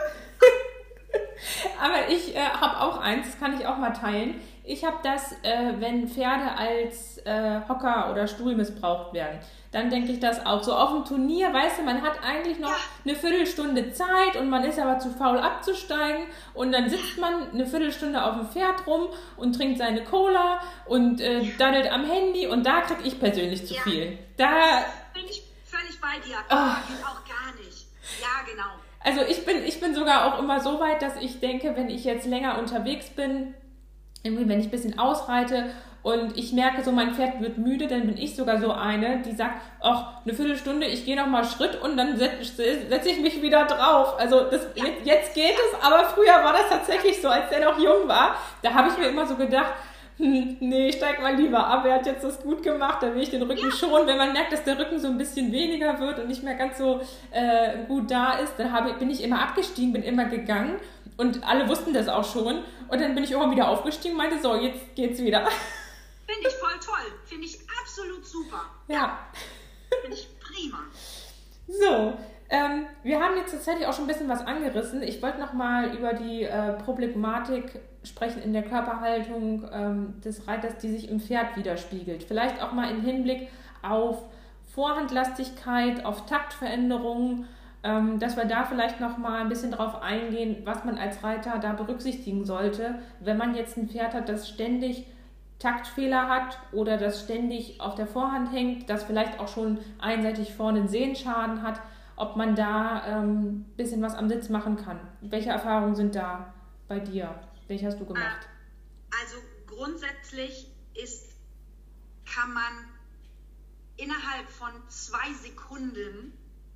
[SPEAKER 1] aber ich äh, habe auch eins, das kann ich auch mal teilen. Ich habe das, äh, wenn Pferde als äh, Hocker oder Stuhl missbraucht werden, dann denke ich das auch. So auf dem Turnier, weißt du, man hat eigentlich noch eine Viertelstunde Zeit und man ist aber zu faul abzusteigen und dann sitzt man eine Viertelstunde auf dem Pferd rum und trinkt seine Cola und äh, daddelt am Handy und da kriege ich persönlich zu
[SPEAKER 2] ja.
[SPEAKER 1] viel. Da
[SPEAKER 2] bin ich völlig bei dir.
[SPEAKER 1] Oh.
[SPEAKER 2] Geht auch gar nicht. Ja, genau.
[SPEAKER 1] Also ich bin, ich bin sogar auch immer so weit, dass ich denke, wenn ich jetzt länger unterwegs bin, irgendwie wenn ich ein bisschen ausreite und ich merke so, mein Pferd wird müde, dann bin ich sogar so eine, die sagt, ach, eine Viertelstunde, ich gehe noch mal Schritt und dann setze setz ich mich wieder drauf. Also das,
[SPEAKER 2] ja.
[SPEAKER 1] jetzt, jetzt geht es, aber früher war das tatsächlich so, als der noch jung war. Da habe ich mir immer so gedacht, hm, nee, steig mal lieber ab, er hat jetzt das gut gemacht, dann will ich den Rücken ja. schonen. Wenn man merkt, dass der Rücken so ein bisschen weniger wird und nicht mehr ganz so äh, gut da ist, dann habe, bin ich immer abgestiegen, bin immer gegangen und alle wussten das auch schon. Und dann bin ich irgendwann wieder aufgestiegen und meinte, so, jetzt geht's wieder.
[SPEAKER 2] Finde ich voll toll. Finde ich absolut super.
[SPEAKER 1] Ja.
[SPEAKER 2] Finde ich prima.
[SPEAKER 1] So, ähm, wir haben jetzt tatsächlich auch schon ein bisschen was angerissen. Ich wollte nochmal über die äh, Problematik sprechen in der Körperhaltung ähm, des Reiters, die sich im Pferd widerspiegelt. Vielleicht auch mal im Hinblick auf Vorhandlastigkeit, auf Taktveränderungen, ähm, dass wir da vielleicht nochmal ein bisschen drauf eingehen, was man als Reiter da berücksichtigen sollte, wenn man jetzt ein Pferd hat, das ständig Taktfehler hat oder das ständig auf der Vorhand hängt, das vielleicht auch schon einseitig vorne einen Sehenschaden hat, ob man da ein ähm, bisschen was am Sitz machen kann. Welche Erfahrungen sind da bei dir? Welche hast du gemacht?
[SPEAKER 2] Also grundsätzlich ist, kann man innerhalb von zwei Sekunden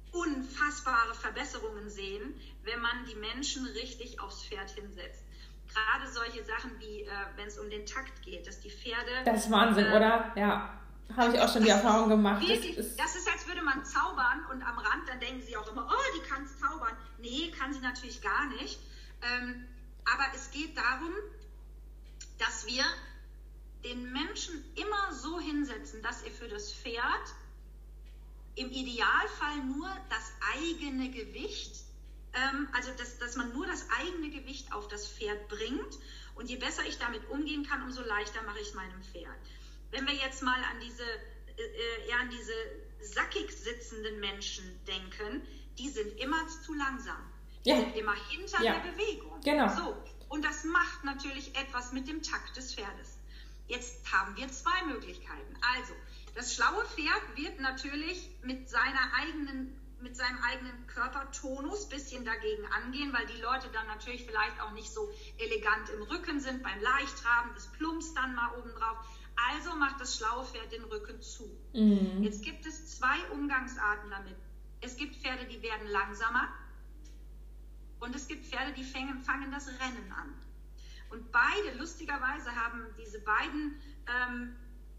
[SPEAKER 2] unfassbare Verbesserungen sehen, wenn man die Menschen richtig aufs Pferd hinsetzt. Gerade solche Sachen wie, äh, wenn es um den Takt geht, dass die Pferde...
[SPEAKER 1] Das ist Wahnsinn, äh, oder? Ja, habe ich auch schon die Erfahrung gemacht.
[SPEAKER 2] Wirklich, das, ist, das ist, als würde man zaubern und am Rand, dann denken sie auch immer, oh, die kann es zaubern. Nee, kann sie natürlich gar nicht. Ähm, aber es geht darum, dass wir den Menschen immer so hinsetzen, dass er für das Pferd im Idealfall nur das eigene Gewicht, ähm, also dass, dass man nur das eigene Gewicht auf das Pferd bringt. Und je besser ich damit umgehen kann, umso leichter mache ich es meinem Pferd. Wenn wir jetzt mal an diese, äh, eher an diese sackig sitzenden Menschen denken, die sind immer zu langsam. Die
[SPEAKER 1] ja.
[SPEAKER 2] sind immer hinter
[SPEAKER 1] ja.
[SPEAKER 2] der Bewegung.
[SPEAKER 1] Genau.
[SPEAKER 2] So. Und das macht natürlich etwas mit dem Takt des Pferdes. Jetzt haben wir zwei Möglichkeiten. Also, das schlaue Pferd wird natürlich mit seiner eigenen, mit seinem eigenen Körpertonus ein bisschen dagegen angehen, weil die Leute dann natürlich vielleicht auch nicht so elegant im Rücken sind beim Leichttraben, das plumpst dann mal oben drauf. Also macht das schlaue Pferd den Rücken zu. Mhm. Jetzt gibt es zwei Umgangsarten damit. Es gibt Pferde, die werden langsamer und es gibt Pferde, die fangen, fangen das Rennen an. Und beide, lustigerweise, haben diese beiden, ähm,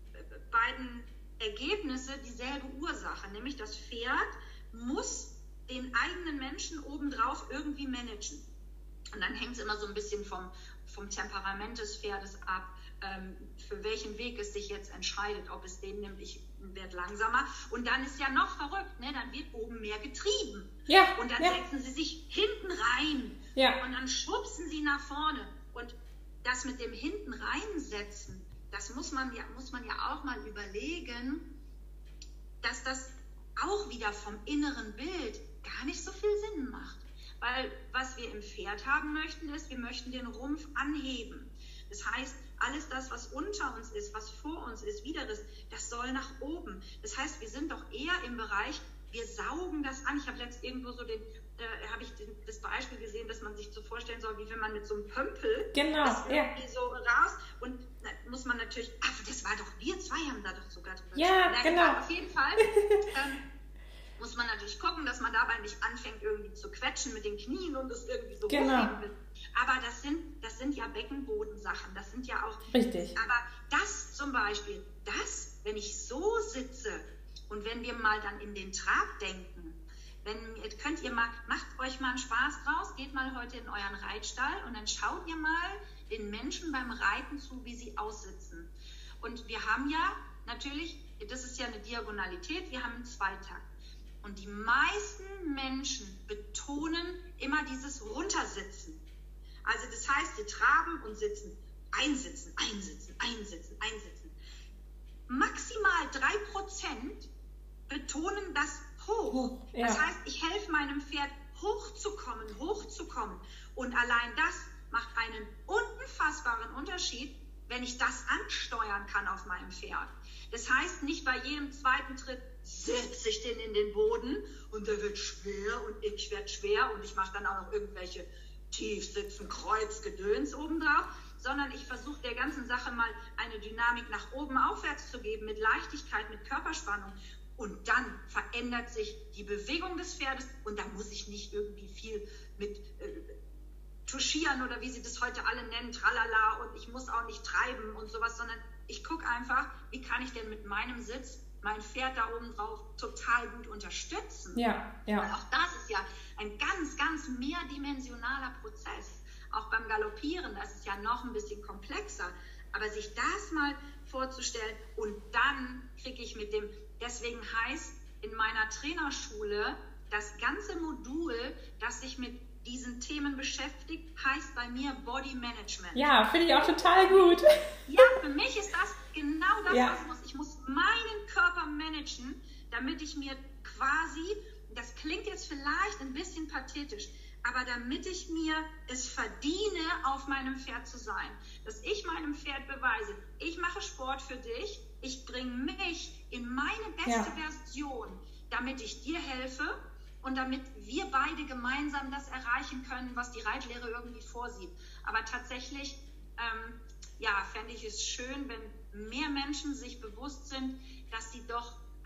[SPEAKER 2] beiden Ergebnisse dieselbe Ursache, nämlich das Pferd muss den eigenen Menschen obendrauf irgendwie managen. Und dann hängt es immer so ein bisschen vom, vom Temperament des Pferdes ab, ähm, für welchen Weg es sich jetzt entscheidet, ob es den nimmt, ich werde langsamer. Und dann ist ja noch verrückt, ne? Dann wird oben mehr getrieben.
[SPEAKER 1] Ja,
[SPEAKER 2] und dann
[SPEAKER 1] ja.
[SPEAKER 2] setzen sie sich hinten rein
[SPEAKER 1] ja.
[SPEAKER 2] und dann schubsen sie nach vorne. Und das mit dem hinten reinsetzen, das muss man ja, muss man ja auch mal überlegen, dass das auch wieder vom inneren Bild gar nicht so viel Sinn macht. Weil was wir im Pferd haben möchten, ist, wir möchten den Rumpf anheben. Das heißt, alles das, was unter uns ist, was vor uns ist, wideres, das soll nach oben. Das heißt, wir sind doch eher im Bereich, wir saugen das an. Ich habe letztens irgendwo so den, äh, habe ich den, das Beispiel gesehen, dass man sich so vorstellen soll, wie wenn man mit so einem Pömpel
[SPEAKER 1] genau,
[SPEAKER 2] das irgendwie
[SPEAKER 1] ja.
[SPEAKER 2] so raus und na, muss man natürlich, ach, das war doch, wir zwei haben da doch sogar drüber
[SPEAKER 1] ja,
[SPEAKER 2] gesprochen.
[SPEAKER 1] genau.
[SPEAKER 2] Auf jeden Fall ähm, muss man natürlich gucken, dass man dabei nicht anfängt, irgendwie zu quetschen mit den Knien und das irgendwie so
[SPEAKER 1] genau.
[SPEAKER 2] hochheben will. Aber das sind, das sind ja Beckenbodensachen, das sind ja auch...
[SPEAKER 1] Richtig.
[SPEAKER 2] Aber das zum Beispiel, das, wenn ich so sitze und wenn wir mal dann in den Trab denken, wenn, könnt ihr mal, macht euch mal einen Spaß draus, geht mal heute in euren Reitstall und dann schaut ihr mal den Menschen beim Reiten zu, wie sie aussitzen. Und wir haben ja natürlich, das ist ja eine Diagonalität, wir haben einen Zweitakt. Und die meisten Menschen betonen immer dieses Runtersitzen. Also das heißt, sie traben und sitzen, einsitzen, einsitzen, einsitzen, einsitzen. Maximal drei Prozent betonen das hoch. hoch ja. Das heißt, ich helfe meinem Pferd hochzukommen, hochzukommen. Und allein das macht einen unfassbaren Unterschied, wenn ich das ansteuern kann auf meinem Pferd. Das heißt, nicht bei jedem zweiten Tritt setze ich den in den Boden und der wird schwer und ich werde schwer und ich mache dann auch noch irgendwelche Tiefsitzen, Kreuz, Gedöns obendrauf, sondern ich versuche der ganzen Sache mal eine Dynamik nach oben aufwärts zu geben, mit Leichtigkeit, mit Körperspannung. Und dann verändert sich die Bewegung des Pferdes und da muss ich nicht irgendwie viel mit äh, touchieren oder wie sie das heute alle nennen, tralala, und ich muss auch nicht treiben und sowas, sondern ich gucke einfach, wie kann ich denn mit meinem Sitz mein Pferd da oben drauf total gut unterstützen.
[SPEAKER 1] Ja, ja.
[SPEAKER 2] Weil auch das ist ja ein ganz, ganz mehrdimensionaler Prozess. Auch beim Galoppieren, das ist ja noch ein bisschen komplexer. Aber sich das mal vorzustellen und dann kriege ich mit dem, deswegen heißt in meiner Trainerschule, das ganze Modul, das sich mit diesen Themen beschäftigt, heißt bei mir Body Management.
[SPEAKER 1] Ja, finde ich auch total gut.
[SPEAKER 2] Ja, für mich ist das genau das,
[SPEAKER 1] ja.
[SPEAKER 2] was ich muss. Ich muss meinen Körper managen, damit ich mir quasi, das klingt jetzt vielleicht ein bisschen pathetisch, aber damit ich mir es verdiene, auf meinem Pferd zu sein. Dass ich meinem Pferd beweise, ich mache Sport für dich, ich bringe mich in meine beste ja. Version, damit ich dir helfe und damit wir beide gemeinsam das erreichen können, was die Reitlehre irgendwie vorsieht. Aber tatsächlich, ähm, ja, fände ich es schön, wenn mehr Menschen sich bewusst sind, dass sie doch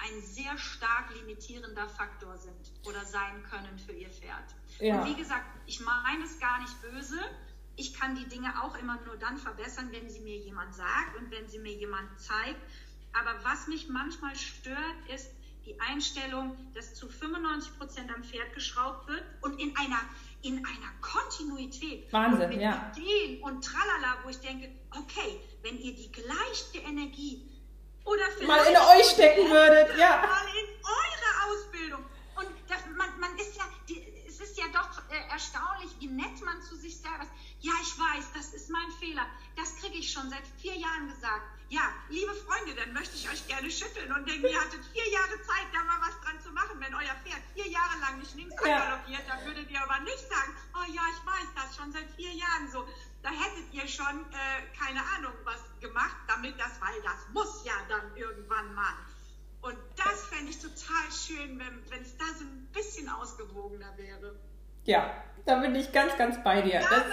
[SPEAKER 2] ein sehr stark limitierender Faktor sind oder sein können für ihr Pferd.
[SPEAKER 1] Ja.
[SPEAKER 2] Und wie gesagt, ich meine es gar nicht böse. Ich kann die Dinge auch immer nur dann verbessern, wenn sie mir jemand sagt und wenn sie mir jemand zeigt. Aber was mich manchmal stört, ist die Einstellung, dass zu fünfundneunzig Prozent am Pferd geschraubt wird und in einer, in einer Kontinuität.
[SPEAKER 1] Wahnsinn,
[SPEAKER 2] und mit
[SPEAKER 1] ja.
[SPEAKER 2] Ideen und tralala, wo ich denke, okay, wenn ihr die gleiche Energie oder
[SPEAKER 1] mal in euch stecken würdet, ja.
[SPEAKER 2] Mal in eure Ausbildung. Und das, man, man ist ja, die, es ist ja doch äh, erstaunlich, wie nett man zu sich selber ist. Ja, ich weiß, das ist mein Fehler. Das kriege ich schon seit vier Jahren gesagt. Ja, liebe Freunde, dann möchte ich euch gerne schütteln und denken, ihr hattet vier Jahre Zeit, da mal was dran zu machen. Wenn euer Pferd vier Jahre lang nicht links
[SPEAKER 1] ja.
[SPEAKER 2] galoppiert, dann würdet ihr aber nicht sagen, oh ja, ich weiß das schon seit vier Jahren so. Da hättet ihr schon, äh, keine Ahnung, was gemacht, damit das, weil das muss ja dann irgendwann mal. Und das fände ich total schön, wenn es da so ein bisschen ausgewogener wäre.
[SPEAKER 1] Ja, da bin ich ganz, ganz bei dir. Das,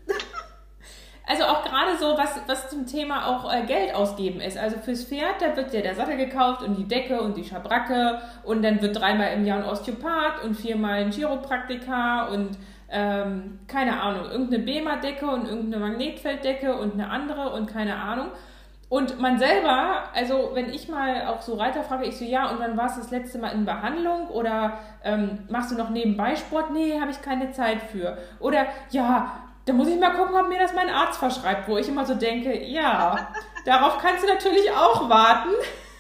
[SPEAKER 1] also auch gerade so, was, was zum Thema auch äh, Geld ausgeben ist. Also fürs Pferd, da wird ja der Sattel gekauft und die Decke und die Schabracke und dann wird dreimal im Jahr ein Osteopath und viermal ein Chiropraktiker und ähm, keine Ahnung, irgendeine B E M A-Decke und irgendeine Magnetfelddecke und eine andere und keine Ahnung. Und man selber, also wenn ich mal auch so Reiter frage, ich so, ja, und wann warst du das letzte Mal in Behandlung? Oder ähm, machst du noch nebenbei Sport? Nee, habe ich keine Zeit für. Oder, ja, da muss ich mal gucken, ob mir das mein Arzt verschreibt, wo ich immer so denke, ja, darauf kannst du natürlich auch warten.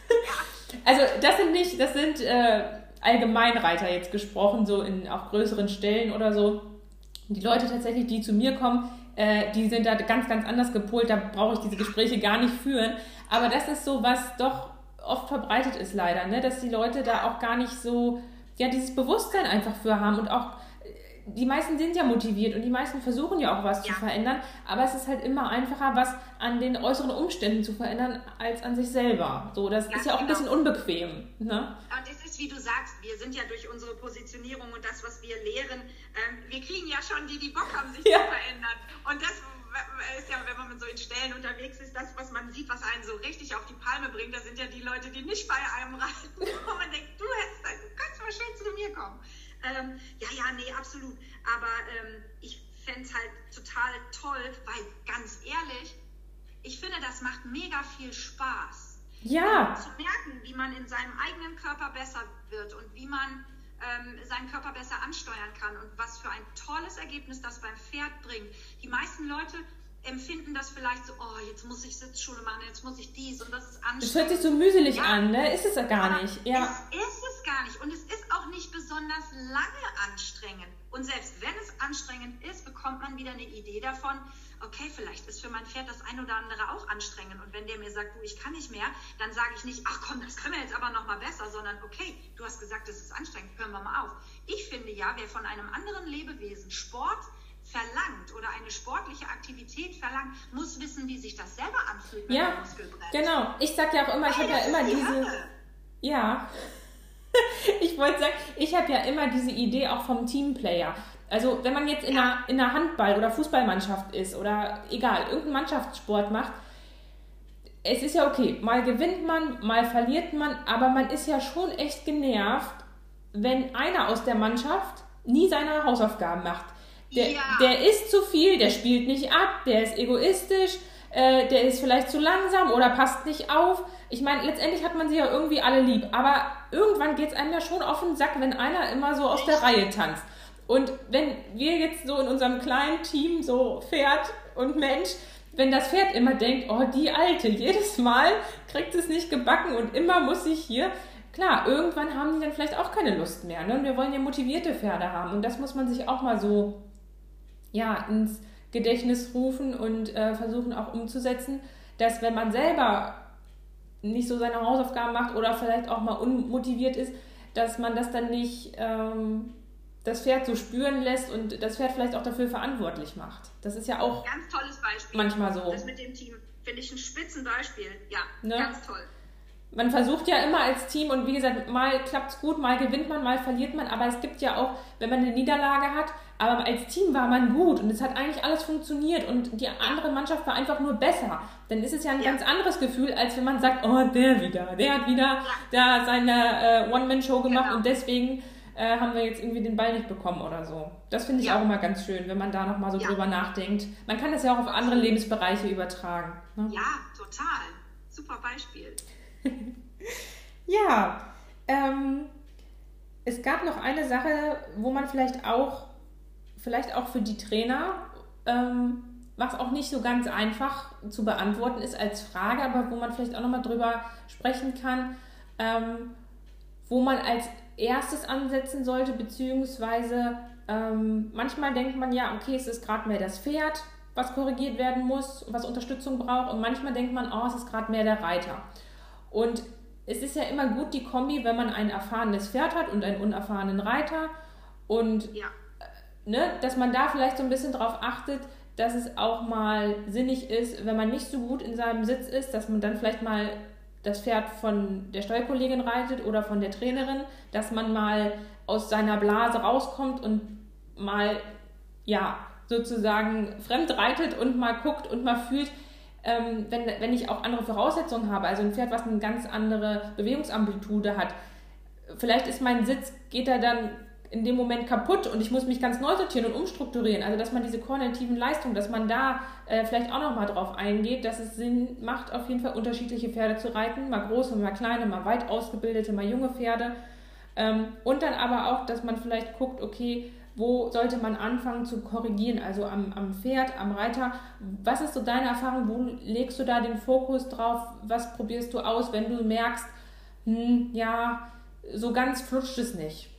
[SPEAKER 1] Also das sind nicht, das sind äh, Allgemeinreiter jetzt gesprochen, so in auch größeren Stellen oder so. Die Leute tatsächlich, die zu mir kommen, äh, die sind da ganz, ganz anders gepolt, da brauche ich diese Gespräche gar nicht führen. Aber das ist so, was doch oft verbreitet ist leider, ne? Dass die Leute da auch gar nicht so, ja, dieses Bewusstsein einfach für haben und auch die meisten sind ja motiviert und die meisten versuchen ja auch was ja. zu verändern, aber es ist halt immer einfacher, was an den äußeren Umständen zu verändern, als an sich selber. So, das ja, ist ja auch genau. ein bisschen unbequem. Ne?
[SPEAKER 2] Und es ist, wie du sagst, wir sind ja durch unsere Positionierung und das, was wir lehren, ähm, wir kriegen ja schon die, die Bock haben, sich ja. zu verändern. Und das ist ja, wenn man so in Stellen unterwegs ist, das, was man sieht, was einen so richtig auf die Palme bringt, das sind ja die Leute, die nicht bei einem reiten, wo man denkt, du hättest, du kannst mal schön zu mir kommen. Ähm, ja, ja, nee, absolut. Aber ähm, ich fände es halt total toll, weil ganz ehrlich, ich finde, das macht mega viel Spaß.
[SPEAKER 1] Ja.
[SPEAKER 2] Ähm, zu merken, wie man in seinem eigenen Körper besser wird und wie man ähm, seinen Körper besser ansteuern kann und was für ein tolles Ergebnis das beim Pferd bringt. Die meisten Leute empfinden das vielleicht so, oh, jetzt muss ich Sitzschule machen, jetzt muss ich dies und das ist anstrengend.
[SPEAKER 1] Das hört sich so mühselig ja. an, ne? Ist es ja gar
[SPEAKER 2] Aber
[SPEAKER 1] nicht. Ja.
[SPEAKER 2] Es ist es gar nicht und es ist auch nicht besonders lange anstrengend. Und selbst wenn es anstrengend ist, bekommt man wieder eine Idee davon, okay, vielleicht ist für mein Pferd das ein oder andere auch anstrengend. Und wenn der mir sagt, du, ich kann nicht mehr, dann sage ich nicht, ach komm, das können wir jetzt aber noch mal besser, sondern okay, du hast gesagt, das ist anstrengend, hören wir mal auf. Ich finde ja, wer von einem anderen Lebewesen Sport verlangt oder eine sportliche Aktivität verlangt, muss wissen, wie sich das selber anfühlt, wenn
[SPEAKER 1] ja,
[SPEAKER 2] der Muskel brennt.
[SPEAKER 1] Genau. Ich sag ja auch immer, ich habe ja immer die diese... Hölle. Ja, ich wollte sagen, ich habe ja immer diese Idee auch vom Teamplayer. Also wenn man jetzt in, ja. einer, in einer Handball- oder Fußballmannschaft ist oder egal, irgendeinen Mannschaftssport macht, es ist ja okay, mal gewinnt man, mal verliert man, aber man ist ja schon echt genervt, wenn einer aus der Mannschaft nie seine Hausaufgaben macht. Der, ja. der isst zu viel, der spielt nicht ab, der ist egoistisch, äh, der ist vielleicht zu langsam oder passt nicht auf. Ich meine, letztendlich hat man sie ja irgendwie alle lieb, aber irgendwann geht es einem ja schon auf den Sack, wenn einer immer so aus der Reihe tanzt. Und wenn wir jetzt so in unserem kleinen Team, so Pferd und Mensch, wenn das Pferd immer denkt, oh, die Alte, jedes Mal kriegt es nicht gebacken und immer muss ich hier... Klar, irgendwann haben die dann vielleicht auch keine Lust mehr. Ne? Und wir wollen ja motivierte Pferde haben. Und das muss man sich auch mal so ja, ins Gedächtnis rufen und äh, versuchen auch umzusetzen, dass wenn man selber nicht so seine Hausaufgaben macht oder vielleicht auch mal unmotiviert ist, dass man das dann nicht ähm, das Pferd so spüren lässt und das Pferd vielleicht auch dafür verantwortlich macht. Das ist ja auch
[SPEAKER 2] ganz tolles Beispiel.
[SPEAKER 1] Manchmal so.
[SPEAKER 2] Das mit dem Team finde ich ein Spitzenbeispiel. Ja,
[SPEAKER 1] ne?
[SPEAKER 2] Ganz toll.
[SPEAKER 1] man versucht ja immer als Team und wie gesagt, mal klappt es gut, mal gewinnt man, mal verliert man, aber es gibt ja auch, wenn man eine Niederlage hat, aber als Team war man gut und es hat eigentlich alles funktioniert und die andere Mannschaft war einfach nur besser, dann ist es ja ein ja. ganz anderes Gefühl, als wenn man sagt, oh, der wieder, der hat wieder da seine äh, One-Man-Show gemacht genau. und deswegen äh, haben wir jetzt irgendwie den Ball nicht bekommen oder so. Das finde ich ja. auch immer ganz schön, wenn man da nochmal so ja. drüber nachdenkt. Man kann das ja auch auf andere Lebensbereiche übertragen. Ne?
[SPEAKER 2] Ja, total. Super Beispiel.
[SPEAKER 1] Ja, ähm, es gab noch eine Sache, wo man vielleicht auch, vielleicht auch für die Trainer, ähm, was auch nicht so ganz einfach zu beantworten ist als Frage, aber wo man vielleicht auch nochmal drüber sprechen kann, ähm, wo man als erstes ansetzen sollte, beziehungsweise ähm, manchmal denkt man ja, okay, es ist gerade mehr das Pferd, was korrigiert werden muss, was Unterstützung braucht und manchmal denkt man, oh, es ist gerade mehr der Reiter. Und es ist ja immer gut, die Kombi, wenn man ein erfahrenes Pferd hat und einen unerfahrenen Reiter und
[SPEAKER 2] ja.
[SPEAKER 1] ne, dass man da vielleicht so ein bisschen drauf achtet, dass es auch mal sinnig ist, wenn man nicht so gut in seinem Sitz ist, dass man dann vielleicht mal das Pferd von der Stallkollegin reitet oder von der Trainerin, dass man mal aus seiner Blase rauskommt und mal, ja, sozusagen fremd reitet und mal guckt und mal fühlt, ähm, wenn, wenn ich auch andere Voraussetzungen habe, also ein Pferd, was eine ganz andere Bewegungsamplitude hat, vielleicht ist mein Sitz, geht er dann in dem Moment kaputt und ich muss mich ganz neu sortieren und umstrukturieren, also dass man diese koordinativen Leistungen, dass man da äh, vielleicht auch nochmal drauf eingeht, dass es Sinn macht, auf jeden Fall unterschiedliche Pferde zu reiten, mal große, mal kleine, mal weit ausgebildete, mal junge Pferde ähm, und dann aber auch, dass man vielleicht guckt, okay, wo sollte man anfangen zu korrigieren, also am, am Pferd, am Reiter. Was ist so deine Erfahrung, wo legst du da den Fokus drauf, was probierst du aus, wenn du merkst, hm, ja, so ganz flutscht es nicht?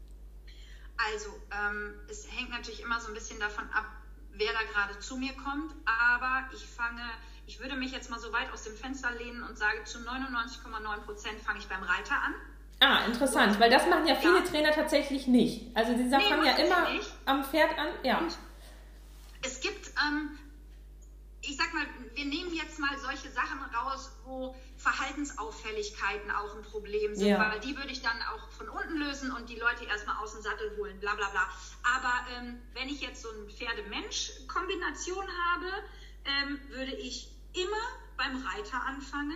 [SPEAKER 2] Also, ähm, es hängt natürlich immer so ein bisschen davon ab, wer da gerade zu mir kommt, aber ich fange, ich würde mich jetzt mal so weit aus dem Fenster lehnen und sage, zu neunundneunzig Komma neun Prozent fange ich beim Reiter an.
[SPEAKER 1] Ah, interessant, weil das machen ja viele ja. Trainer tatsächlich nicht. Also die nee, fangen ja immer nicht. Am Pferd an. Ja.
[SPEAKER 2] Und es gibt, ähm, ich sag mal, wir nehmen jetzt mal solche Sachen raus, wo Verhaltensauffälligkeiten auch ein Problem sind, ja. weil die würde ich dann auch von unten lösen und die Leute erstmal aus dem Sattel holen, bla bla bla. Aber ähm, wenn ich jetzt so eine Pferde-Mensch-Kombination habe, ähm, würde ich immer beim Reiter anfangen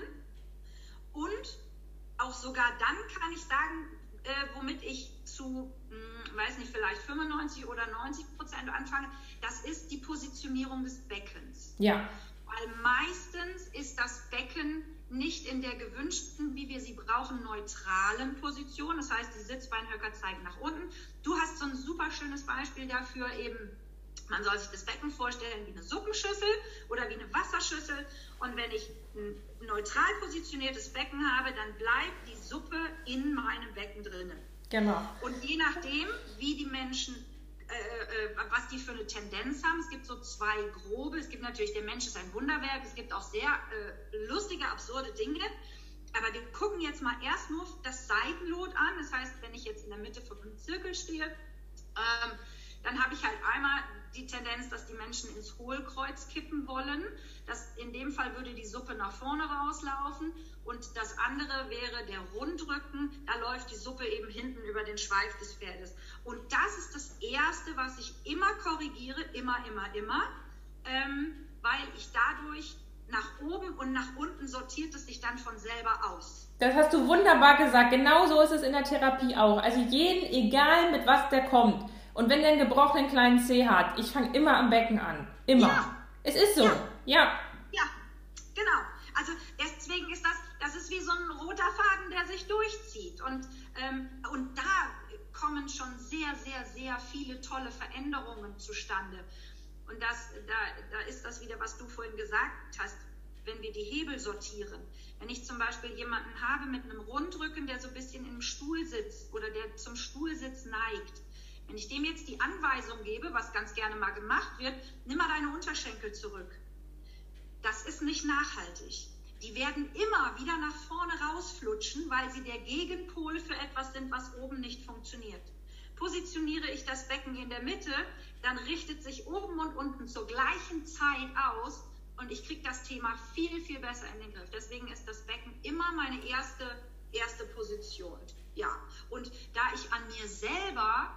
[SPEAKER 2] und auch sogar dann kann ich sagen, äh, womit ich zu, mh, weiß nicht, vielleicht fünfundneunzig oder neunzig Prozent anfange, das ist die Positionierung des Beckens.
[SPEAKER 1] Ja.
[SPEAKER 2] Weil meistens ist das Becken nicht in der gewünschten, wie wir sie brauchen, neutralen Position. Das heißt, die Sitzbeinhöcker zeigen nach unten. Du hast so ein super schönes Beispiel dafür eben, man soll sich das Becken vorstellen wie eine Suppenschüssel oder wie eine Wasserschüssel. Und wenn ich ein neutral positioniertes Becken habe, dann bleibt die Suppe in meinem Becken drinnen.
[SPEAKER 1] Genau.
[SPEAKER 2] Und je nachdem, wie die Menschen, äh, äh, was die für eine Tendenz haben, es gibt so zwei grobe, es gibt natürlich, der Mensch ist ein Wunderwerk, es gibt auch sehr äh, lustige, absurde Dinge. Aber wir gucken jetzt mal erst nur das Seitenlot an. Das heißt, wenn ich jetzt in der Mitte von einem Zirkel stehe, ähm, dann habe ich halt einmal die Tendenz, dass die Menschen ins Hohlkreuz kippen wollen. Das, in dem Fall würde die Suppe nach vorne rauslaufen und das andere wäre der Rundrücken. Da läuft die Suppe eben hinten über den Schweif des Pferdes. Und das ist das Erste, was ich immer korrigiere, immer, immer, immer, ähm, weil ich dadurch nach oben und nach unten sortiert es sich dann von selber aus.
[SPEAKER 1] Das hast du wunderbar gesagt. Genau so ist es in der Therapie auch. Also jeden, egal mit was der kommt. Und wenn der einen gebrochenen kleinen Zeh hat, ich fange immer am Becken an. Immer. Ja. Es ist so. Ja.
[SPEAKER 2] Ja. Ja, genau. Also deswegen ist das, das ist wie so ein roter Faden, der sich durchzieht. Und, ähm, und da kommen schon sehr, sehr, sehr viele tolle Veränderungen zustande. Und das, da, da ist das wieder, was du vorhin gesagt hast, wenn wir die Hebel sortieren. Wenn ich zum Beispiel jemanden habe mit einem Rundrücken, der so ein bisschen im Stuhl sitzt oder der zum Stuhlsitz neigt, wenn ich dem jetzt die Anweisung gebe, was ganz gerne mal gemacht wird, nimm mal deine Unterschenkel zurück. Das ist nicht nachhaltig. Die werden immer wieder nach vorne rausflutschen, weil sie der Gegenpol für etwas sind, was oben nicht funktioniert. Positioniere ich das Becken in der Mitte, dann richtet sich oben und unten zur gleichen Zeit aus und ich kriege das Thema viel, viel besser in den Griff. Deswegen ist das Becken immer meine erste, erste Position. Ja, und da ich an mir selber,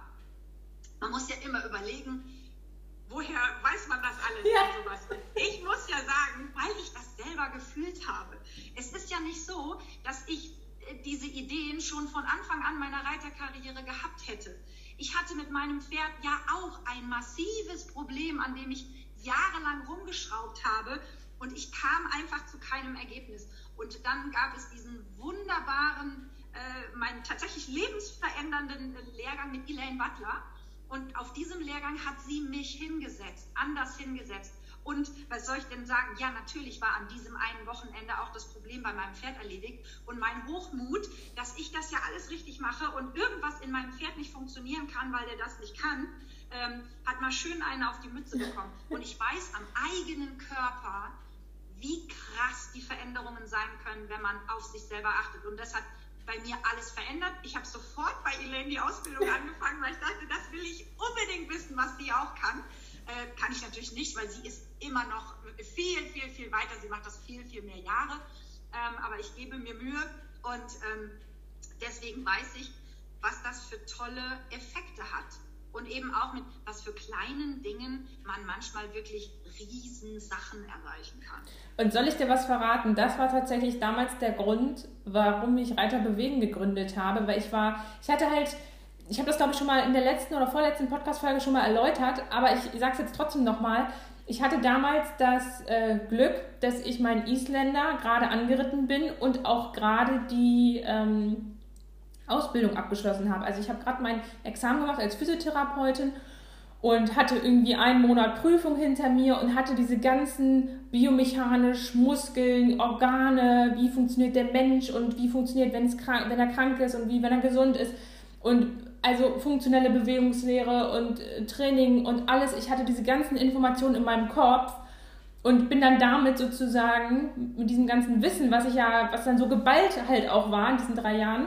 [SPEAKER 2] man muss ja immer überlegen, woher weiß man das alles? Ja. Und sowas. Ich muss ja sagen, weil ich das selber gefühlt habe. Es ist ja nicht so, dass ich diese Ideen schon von Anfang an meiner Reiterkarriere gehabt hätte. Ich hatte mit meinem Pferd ja auch ein massives Problem, an dem ich jahrelang rumgeschraubt habe und ich kam einfach zu keinem Ergebnis. Und dann gab es diesen wunderbaren, äh, meinen tatsächlich lebensverändernden Lehrgang mit Elaine Butler. Und auf diesem Lehrgang hat sie mich hingesetzt, anders hingesetzt. Und was soll ich denn sagen? Ja, natürlich war an diesem einen Wochenende auch das Problem bei meinem Pferd erledigt. Und mein Hochmut, dass ich das ja alles richtig mache und irgendwas in meinem Pferd nicht funktionieren kann, weil der das nicht kann, ähm, hat mal schön einen auf die Mütze bekommen. Und ich weiß am eigenen Körper, wie krass die Veränderungen sein können, wenn man auf sich selber achtet. Und das hat bei mir alles verändert. Ich habe sofort bei Elaine die Ausbildung angefangen, weil ich dachte, das will ich unbedingt wissen, was sie auch kann. Äh, kann ich natürlich nicht, weil sie ist immer noch viel, viel, viel weiter. Sie macht das viel, viel mehr Jahre. Ähm, aber ich gebe mir Mühe und ähm, deswegen weiß ich, was das für tolle Effekte hat. Und eben auch mit was für kleinen Dingen man manchmal wirklich Riesensachen erreichen kann.
[SPEAKER 1] Und soll ich dir was verraten? Das war tatsächlich damals der Grund, warum ich Reiter bewegen gegründet habe, weil ich war, ich hatte halt, ich habe das glaube ich schon mal in der letzten oder vorletzten Podcast-Folge schon mal erläutert, aber ich, ich sage es jetzt trotzdem nochmal, ich hatte damals das äh, Glück, dass ich meinen Isländer gerade angeritten bin und auch gerade die ähm, Ausbildung abgeschlossen habe. Also ich habe gerade mein Examen gemacht als Physiotherapeutin und hatte irgendwie einen Monat Prüfung hinter mir und hatte diese ganzen biomechanisch, Muskeln, Organe, wie funktioniert der Mensch und wie funktioniert, wenn, es krank, wenn er krank ist und wie, wenn er gesund ist. Und also funktionelle Bewegungslehre und äh, Training und alles. Ich hatte diese ganzen Informationen in meinem Kopf und bin dann damit sozusagen, mit diesem ganzen Wissen, was ich ja, was dann so geballt halt auch war in diesen drei Jahren,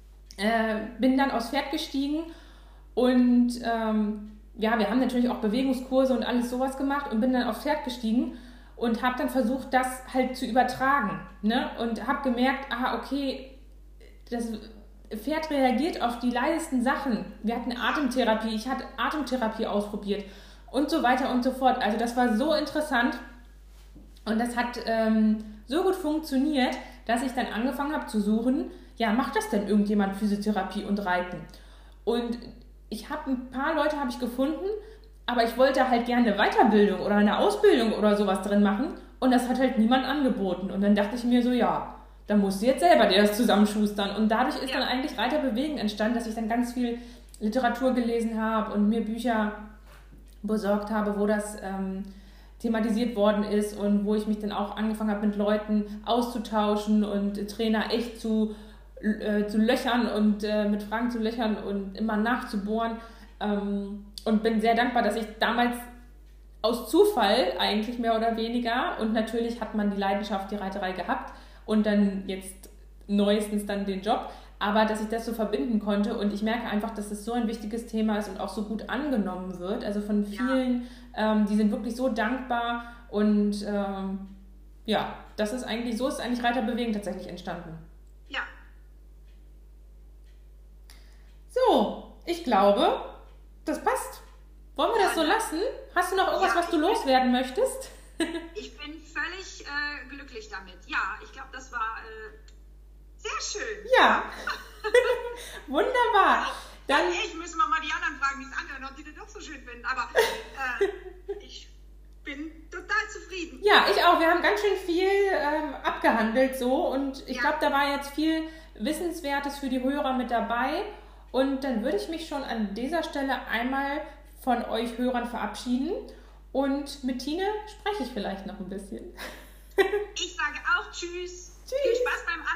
[SPEAKER 1] äh, bin dann aufs Pferd gestiegen und ähm, ja, wir haben natürlich auch Bewegungskurse und alles sowas gemacht und bin dann aufs Pferd gestiegen und habe dann versucht, das halt zu übertragen, ne? Und habe gemerkt, aha, okay, das Pferd reagiert auf die leisesten Sachen. Wir hatten Atemtherapie, ich hatte Atemtherapie ausprobiert und so weiter und so fort. Also das war so interessant und das hat ähm, so gut funktioniert, dass ich dann angefangen habe zu suchen, ja, macht das denn irgendjemand Physiotherapie und Reiten? Und ich habe ein paar Leute habe ich gefunden, aber ich wollte halt gerne eine Weiterbildung oder eine Ausbildung oder sowas drin machen und das hat halt niemand angeboten. Und dann dachte ich mir so, ja, dann musst du jetzt selber dir das zusammenschustern. Und dadurch ist ja dann eigentlich Reiter bewegen entstanden, dass ich dann ganz viel Literatur gelesen habe und mir Bücher besorgt habe, wo das ähm, thematisiert worden ist und wo ich mich dann auch angefangen habe, mit Leuten auszutauschen und Trainer echt zu Äh, zu löchern und äh, mit Fragen zu löchern und immer nachzubohren ähm, und bin sehr dankbar, dass ich damals aus Zufall eigentlich mehr oder weniger und natürlich hat man die Leidenschaft, die Reiterei gehabt und dann jetzt neuestens dann den Job, aber dass ich das so verbinden konnte und ich merke einfach, dass es so ein wichtiges Thema ist und auch so gut angenommen wird, also von vielen, ja. ähm, die sind wirklich so dankbar und ähm, ja, das ist eigentlich, so ist eigentlich Reiter bewegen tatsächlich entstanden.
[SPEAKER 2] Ja.
[SPEAKER 1] So, ich glaube, das passt. Wollen wir das so lassen? Hast du noch irgendwas, ja, was du loswerden möchtest?
[SPEAKER 2] Ich bin völlig äh, glücklich damit. Ja, ich glaube, das war äh, sehr schön.
[SPEAKER 1] Ja, wunderbar. Dann,
[SPEAKER 2] ja, ich müssen wir mal die anderen fragen, die es anhören, ob die das doch so schön finden. Aber äh, ich bin total zufrieden.
[SPEAKER 1] Ja, ich auch. Wir haben ganz schön viel ähm, abgehandelt so und ich ja. glaube, da war jetzt viel Wissenswertes für die Hörer mit dabei. Und dann würde ich mich schon an dieser Stelle einmal von euch Hörern verabschieden. Und mit Tine spreche ich vielleicht noch ein bisschen.
[SPEAKER 2] Ich sage auch Tschüss. Tschüss. Viel Spaß beim